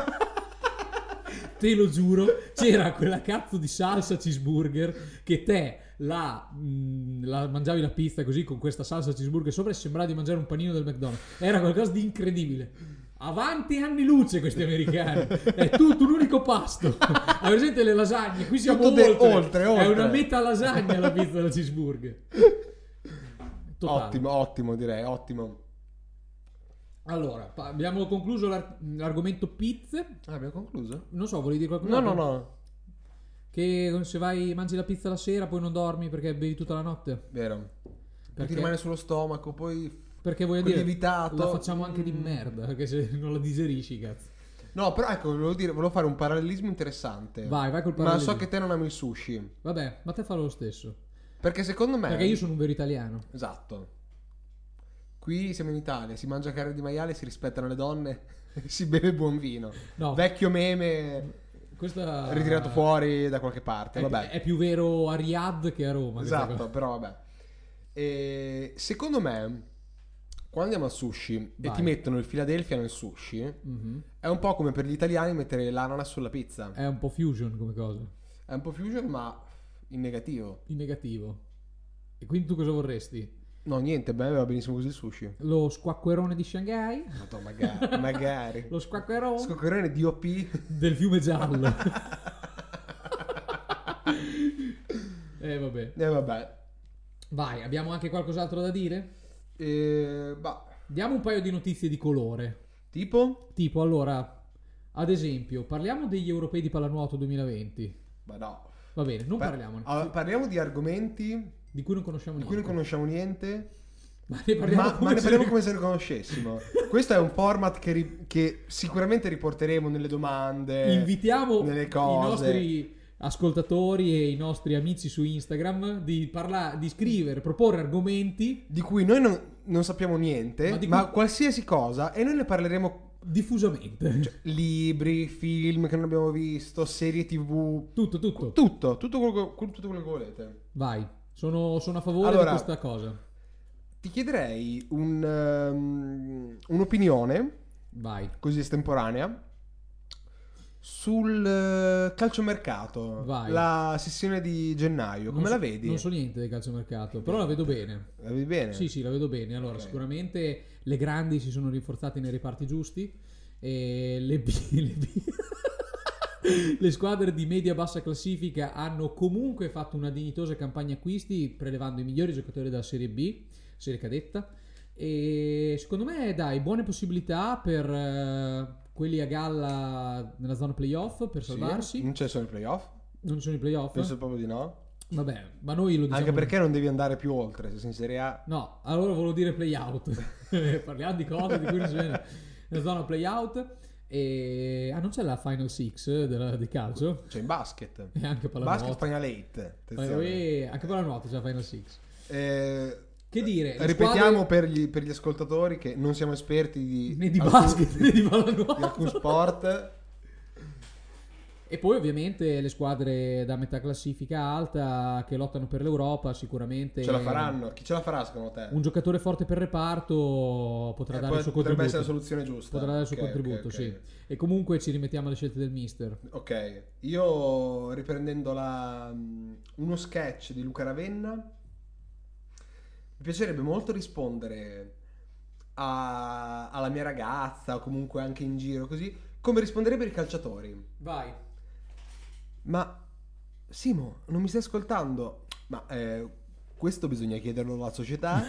Te lo giuro, c'era quella cazzo di salsa cheeseburger che te la, mh, la mangiavi la pizza così con questa salsa cheeseburger sopra e sembrava di mangiare un panino del McDonald's. Era qualcosa di incredibile. Avanti anni luce questi americani. È tutto un unico pasto. Hai presente le lasagne? Qui siamo Tutto de- oltre. oltre, È oltre. una meta lasagna la pizza della cheeseburger. Totale. Ottimo, ottimo direi, ottimo. Allora, pa- abbiamo concluso l'ar- l'argomento pizze. Ah, abbiamo concluso? Non so, volevi dire No, qualcosa? no, no. Che se vai, mangi la pizza la sera, poi non dormi perché bevi tutta la notte. Vero. Poi Perché? ti rimane sullo stomaco, poi... Perché voglio Con dire, lievitato. la facciamo anche di merda, perché se non la digerisci, cazzo. No, però ecco, volevo dire, volevo fare un parallelismo interessante. Vai, vai col Ma parallelismo. so che te non ami il sushi. Vabbè, ma te fa lo stesso. Perché secondo me... Perché io sono un vero italiano. Esatto. Qui siamo in Italia, si mangia carne di maiale, si rispettano le donne, si beve buon vino. No. Vecchio meme Questa... ritirato fuori da qualche parte. È, Vabbè. è più vero a Riyadh che a Roma. questa Esatto, cosa. però vabbè. E secondo me, quando andiamo al sushi e Vai. ti mettono il Philadelphia nel sushi, Mhm. è un po' come per gli italiani mettere l'ananas sulla pizza. È un po' fusion come cosa. È un po' fusion, ma in negativo. In negativo. E quindi tu cosa vorresti? No, niente, a me va benissimo così il sushi. Lo squacquerone di Shanghai? Madonna, magari. magari. Lo squacquerone Scoccherone D O P. del fiume giallo. Eh vabbè. E vabbè. Vai, abbiamo anche qualcos'altro da dire? E, bah, Diamo un paio di notizie di colore. tipo? Tipo, allora, ad esempio, parliamo degli europei di pallanuoto duemilaventi. Ma no. Va bene, non Pa- parliamone. allora, parliamo di argomenti Di cui non conosciamo di niente. cui non conosciamo niente. Ma ne parliamo Ma, come ma ne se parliamo ne- come se ne conoscessimo. Questo è un format che, ri- che sicuramente riporteremo nelle domande. Invitiamo nelle i cose. nostri ascoltatori e i nostri amici su Instagram di, parla- di scrivere, proporre argomenti Di cui noi non, non sappiamo niente, Ma ma, di cui- qualsiasi cosa, e noi ne parleremo. diffusamente. Cioè, libri, film che non abbiamo visto, serie tv, tutto, tutto. tutto, tutto quello che, tutto quello che volete. Vai, sono, sono a favore Allora, di questa cosa. Ti chiederei un, um, un'opinione, Vai. così estemporanea, sul uh, calciomercato, Vai. la sessione di gennaio. Come Non la so- vedi? Non so niente del calciomercato, però la vedo bene. La vedi bene? Sì, sì, la vedo bene. Allora, Ok. sicuramente le grandi si sono rinforzate nei reparti giusti e le B, le, B- le squadre di media-bassa classifica hanno comunque fatto una dignitosa campagna acquisti prelevando i migliori giocatori della Serie B, Serie Cadetta, e secondo me dai buone possibilità per eh, quelli a galla nella zona playoff per Sì? salvarsi. Non c'è solo i playoff? Non ci sono i playoff? Penso proprio di no. Vabbè, ma noi lo diciamo. Anche perché non devi andare più oltre, se sei in Serie A. No, allora volevo dire play out. Parliamo di cose di cui non si vede. Nella zona play out. E... Ah, non c'è la Final Six della, di calcio? C'è in basket. E anche Basket pallanuoto. Final eight. E anche pallanuoto c'è la Final Six. Eh, Che dire? le ripetiamo squadre- per, gli, per gli ascoltatori che non siamo esperti di, né di alcun- basket né di di pallanuoto. alcun sport. E poi ovviamente le squadre da metà classifica alta che lottano per l'Europa sicuramente. Ce la faranno. Chi ce la farà secondo te? Un giocatore forte per reparto potrà Eh, dare il suo potrebbe contributo. essere la soluzione giusta. Potrà dare il suo Ok, contributo, ok, ok. sì. E comunque ci rimettiamo alle scelte del mister. Ok, io riprendendo la, uno sketch di Luca Ravenna, mi piacerebbe molto rispondere a- alla mia ragazza o comunque anche in giro così, come risponderebbero i calciatori. Vai. Ma Simo, non mi stai ascoltando? Ma eh, questo bisogna chiederlo alla società.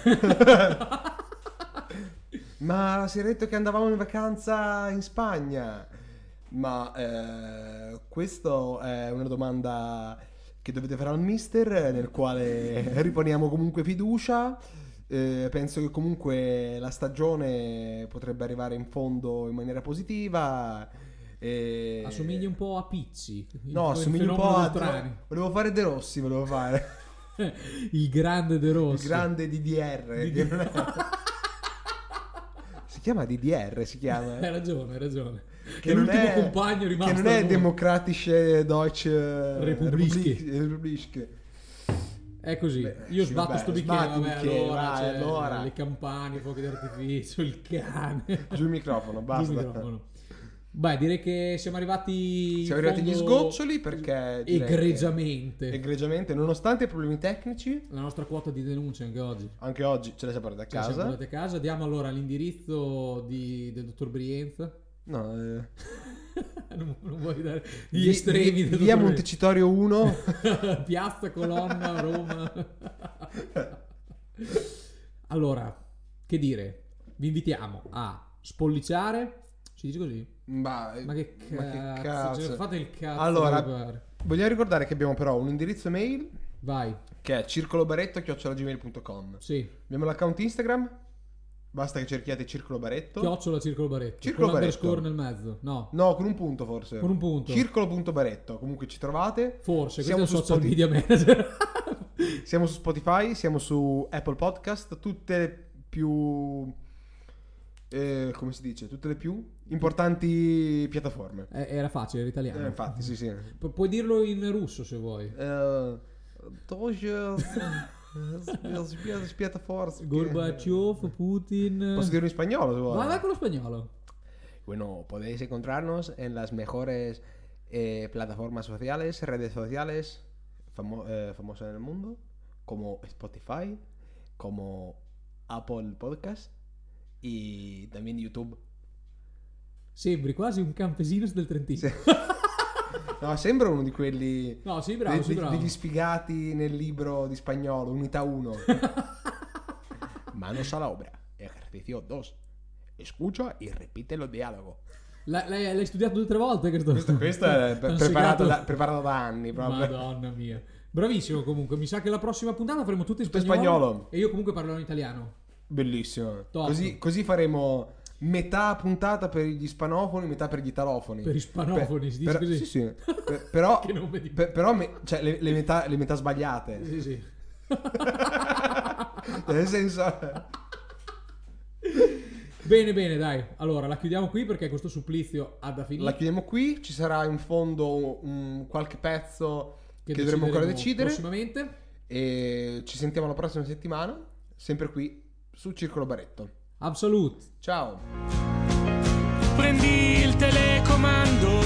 Ma si era detto che andavamo in vacanza in Spagna. Ma eh, questo è una domanda che dovete fare al mister, nel quale riponiamo comunque fiducia. Eh, penso che comunque la stagione potrebbe arrivare in fondo in maniera positiva. E... Assomigli un po' a Pizzi. il- No, il assomiglia un po' fenomeno a... del Trani. Volevo fare De Rossi, volevo fare. Il grande De Il Rossi. grande D D R. che non è- Si chiama D D R, si chiama. Hai ragione, hai ragione. Che è non l'ultimo è- compagno rimasto. Che non è al mondo. Demokratische Deutsche Republik. Republik- Republik. È così. Beh, Io sì, sbatto vabbè, sto bicchiere, sbatti il vabbè, bicchiere, allora, vai, c'è allora. le campane, i fuochi d'artificio, il cane. Giù il microfono, Giù basta. il microfono. Beh, direi che siamo arrivati in Siamo arrivati agli fondo sgoccioli perché direi che- egregiamente. egregiamente, nonostante i problemi tecnici, La nostra quota di denunce anche oggi. anche oggi ce la siamo portati a Ce la siamo casa. portati a casa. Diamo allora l'indirizzo di, del dottor Brienza. No, eh, non, non vuoi dare gli vi- estremi vi- del via dottor Montecitorio uno. Brienza. Piazza Colonna, Roma. Allora, che dire? Vi invitiamo a spolliciare. Si dice così? Ma, Ma che ma che cazzo, cazzo. cioè, fate il cazzo. Allora, che vi pare. vogliamo ricordare che abbiamo però un indirizzo mail Vai, che è circolobaretto chiocciola gmail punto com. sì. Abbiamo l'account Instagram, basta che cerchiate Circolo Baretto. Chiocciola Circolo Baretto. Circolo con Baretto. l'underscore nel mezzo. No, No, con un punto forse. con un punto. Circolo.baretto, comunque ci trovate. Forse, Siamo questo è il su social Spotify. media manager. Siamo su Spotify, siamo su Apple Podcast, tutte le più eh, come si dice, tutte le più importanti piattaforme. Eh, era facile, era italiano. Eh, infatti, sì, sì. Pu- puoi dirlo in russo se vuoi. Eh, тоже piattaforme. Gorbaciov, Putin. Posso dirlo in spagnolo se vuoi. Vai, vai con lo spagnolo. Bueno, podéis encontrarnos en las mejores eh, plataformas sociales, redes sociales famo- eh, famosas en el mundo, como Spotify, como Apple Podcast y también YouTube. Sembri quasi un campesino del Trentino. Sì. No, sembra uno di quelli No, sì, bravo, de- sì, de- bravo. degli sfigati nel libro di spagnolo, Unità uno. Manos a la obra. Ejercicio dos. Escucha y repite los diálogos. L'hai, l'hai- l'hai studiato due o tre volte questo? Questo, questo è pre- T'han preparato, segato- da, preparato da anni proprio. Madonna mia. Bravissimo comunque. Mi sa che la prossima puntata faremo tutto in Tutto in spagnolo, spagnolo. e io comunque parlerò in italiano. Bellissimo. Top. Così, così faremo metà puntata per gli ispanofoni, metà per gli italofoni. Per gli spanofoni, si dice per- così? Sì, sì. Per- però, Che nome di- per- però me- cioè, le, le metà, le metà sbagliate. Sì, sì. Nel senso... Bene, bene, dai. Allora, la chiudiamo qui perché questo supplizio ha da finire. La chiudiamo qui, ci sarà in fondo un, qualche pezzo che, Che dovremo ancora decideremo decidere. prossimamente. E ci sentiamo la prossima settimana, sempre qui su Circolo Baretto. Absolut. Ciao! Prendi il telecomando